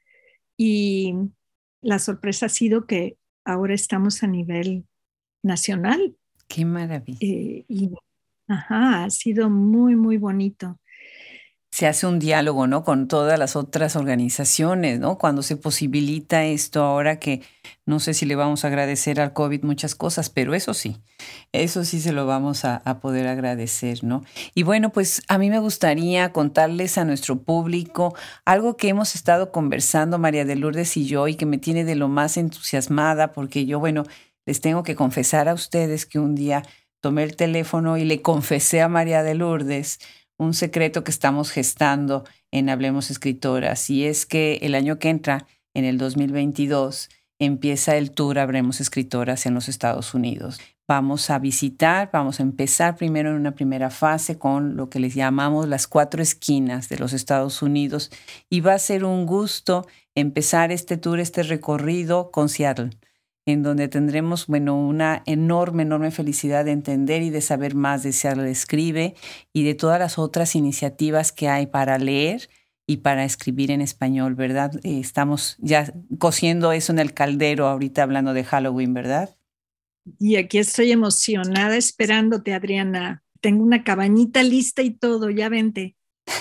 y la sorpresa ha sido que ahora estamos a nivel nacional. Qué maravilla. Eh, y Ajá, ha sido muy, muy bonito. Se hace un diálogo, ¿no? Con todas las otras organizaciones, ¿no? Cuando se posibilita esto ahora que no sé si le vamos a agradecer al COVID muchas cosas, pero eso sí, eso sí se lo vamos a, a poder agradecer, ¿no? Y bueno, pues a mí me gustaría contarles a nuestro público algo que hemos estado conversando María de Lourdes y yo y que me tiene de lo más entusiasmada porque yo, bueno, les tengo que confesar a ustedes que un día tomé el teléfono y le confesé a María de Lourdes un secreto que estamos gestando en Hablemos Escritoras, y es que el año que entra, en el dos mil veintidós, empieza el tour Hablemos Escritoras en los Estados Unidos. Vamos a visitar, vamos a empezar primero en una primera fase con lo que les llamamos las cuatro esquinas de los Estados Unidos, y va a ser un gusto empezar este tour, este recorrido con Seattle, en donde tendremos, bueno, una enorme, enorme felicidad de entender y de saber más de Seattle Escribe y de todas las otras iniciativas que hay para leer y para escribir en español, ¿verdad? Eh, estamos ya cociendo eso en el caldero ahorita hablando de Halloween, ¿verdad? Y aquí estoy emocionada esperándote, Adriana. Tengo una cabañita lista y todo, ya vente.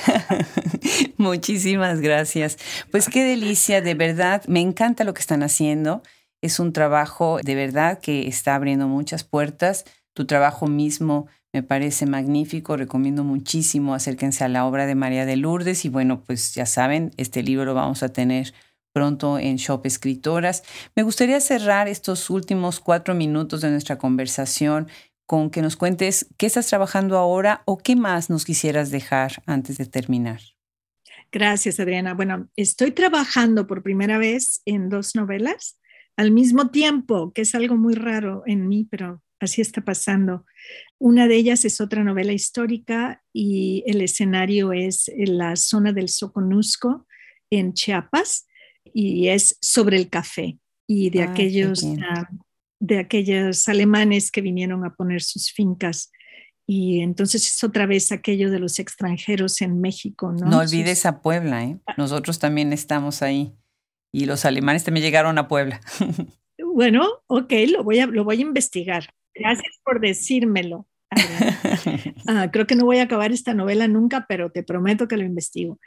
Muchísimas gracias. Pues qué delicia, de verdad. Me encanta lo que están haciendo. Es un trabajo de verdad que está abriendo muchas puertas. Tu trabajo mismo me parece magnífico. Recomiendo muchísimo. Acérquense a la obra de María de Lourdes. Y bueno, pues ya saben, este libro lo vamos a tener pronto en Shop Escritoras. Me gustaría cerrar estos últimos cuatro minutos de nuestra conversación con que nos cuentes qué estás trabajando ahora o qué más nos quisieras dejar antes de terminar. Gracias, Adriana. Bueno, estoy trabajando por primera vez en dos novelas al mismo tiempo, que es algo muy raro en mí, pero así está pasando. Una de ellas es otra novela histórica y el escenario es en la zona del Soconusco, en Chiapas, y es sobre el café y de, Ay, aquellos, uh, de aquellos alemanes que vinieron a poner sus fincas. Y entonces es otra vez aquello de los extranjeros en México, ¿no? No olvides a Puebla, ¿eh? Nosotros también estamos ahí. Y los alemanes también llegaron a Puebla. Bueno, ok, lo voy a, lo voy a investigar. Gracias por decírmelo. Uh, creo que no voy a acabar esta novela nunca, pero te prometo que lo investigo.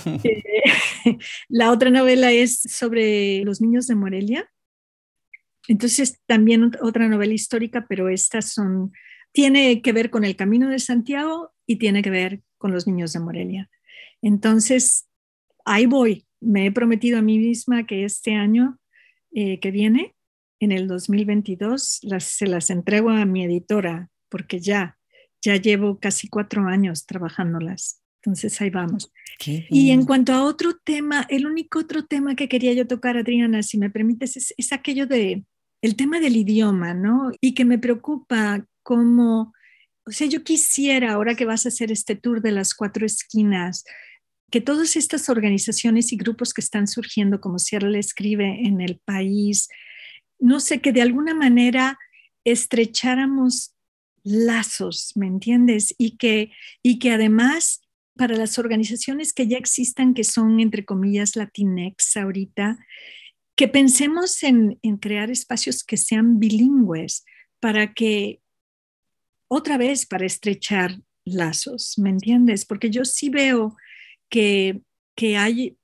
eh, la otra novela es sobre los niños de Morelia. Entonces, también otra novela histórica, pero estas son, tiene que ver con el Camino de Santiago y tiene que ver con los niños de Morelia. Entonces, ahí voy. Me he prometido a mí misma que este año eh, que viene, en el dos mil veintidós, las, se las entrego a mi editora, porque ya, ya llevo casi cuatro años trabajándolas. Entonces ahí vamos. Y en cuanto a otro tema, el único otro tema que quería yo tocar, Adriana, si me permites, es, es aquello de el tema del idioma, ¿no? Y que me preocupa cómo, o sea, yo quisiera, ahora que vas a hacer este tour de las cuatro esquinas, que todas estas organizaciones y grupos que están surgiendo, como Seattle Escribe en el país, no sé, que de alguna manera estrecháramos lazos, ¿me entiendes? Y que, y que además para las organizaciones que ya existan, que son entre comillas Latinx ahorita, que pensemos en, en crear espacios que sean bilingües para que, otra vez, para estrechar lazos, ¿me entiendes? Porque yo sí veo que, que hay,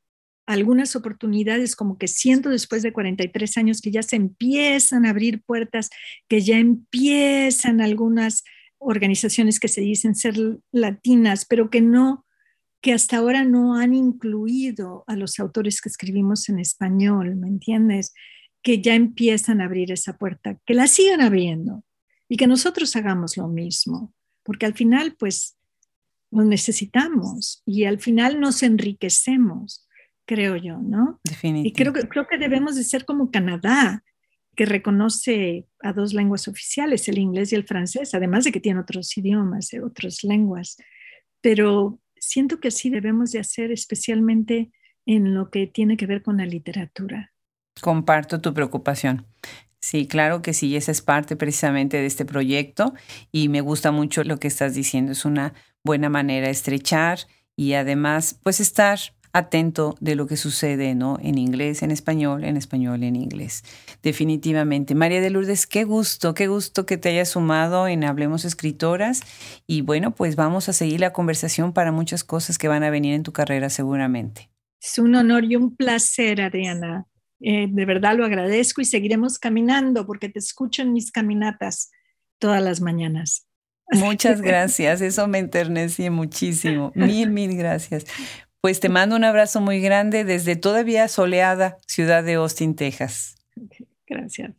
algunas oportunidades, como que siento después de cuarenta y tres años que ya se empiezan a abrir puertas, que ya empiezan algunas organizaciones que se dicen ser latinas, pero que no, que hasta ahora no han incluido a los autores que escribimos en español, ¿me entiendes? Que ya empiezan a abrir esa puerta, que la sigan abriendo y que nosotros hagamos lo mismo, porque al final pues nos necesitamos y al final nos enriquecemos, creo yo, ¿no? Definitivamente. Y creo que, creo que debemos de ser como Canadá, que reconoce a dos lenguas oficiales, el inglés y el francés, además de que tiene otros idiomas, eh, otras lenguas. Pero siento que así debemos de hacer, especialmente en lo que tiene que ver con la literatura. Comparto tu preocupación. Sí, claro que sí, esa es parte precisamente de este proyecto y me gusta mucho lo que estás diciendo. Es una buena manera de estrechar y además pues estar atento de lo que sucede, ¿no? En inglés, en español, en español, en inglés. Definitivamente. María de Lourdes, qué gusto, qué gusto que te hayas sumado en Hablemos Escritoras y bueno, pues vamos a seguir la conversación para muchas cosas que van a venir en tu carrera seguramente. Es un honor y un placer, Adriana. Eh, de verdad lo agradezco y seguiremos caminando porque te escucho en mis caminatas todas las mañanas. Muchas gracias, eso me enternece muchísimo. Mil, mil gracias. Pues te mando un abrazo muy grande desde todavía soleada ciudad de Austin, Texas. Gracias.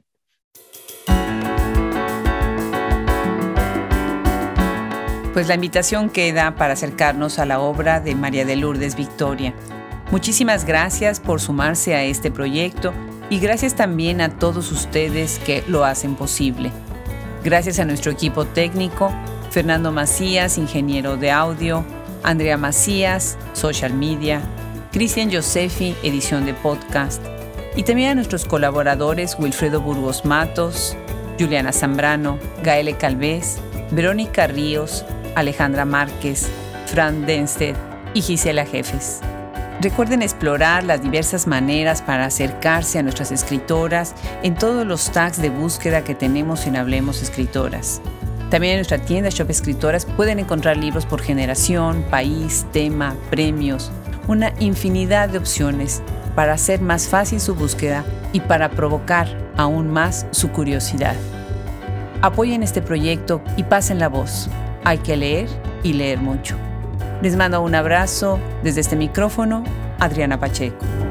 Pues la invitación queda para acercarnos a la obra de María de Lourdes Victoria. Muchísimas gracias por sumarse a este proyecto y gracias también a todos ustedes que lo hacen posible. Gracias a nuestro equipo técnico, Fernando Macías, ingeniero de audio, Andrea Macías, social media, Cristian Josefi, edición de podcast, y también a nuestros colaboradores Wilfredo Burgos Matos, Juliana Zambrano, Gaele Calvez, Verónica Ríos, Alejandra Márquez, Fran Denstedt y Gisela Jefes. Recuerden explorar las diversas maneras para acercarse a nuestras escritoras en todos los tags de búsqueda que tenemos en Hablemos Escritoras. También en nuestra tienda Shop Escritoras pueden encontrar libros por generación, país, tema, premios, una infinidad de opciones para hacer más fácil su búsqueda y para provocar aún más su curiosidad. Apoyen este proyecto y pasen la voz. Hay que leer y leer mucho. Les mando un abrazo desde este micrófono, Adriana Pacheco.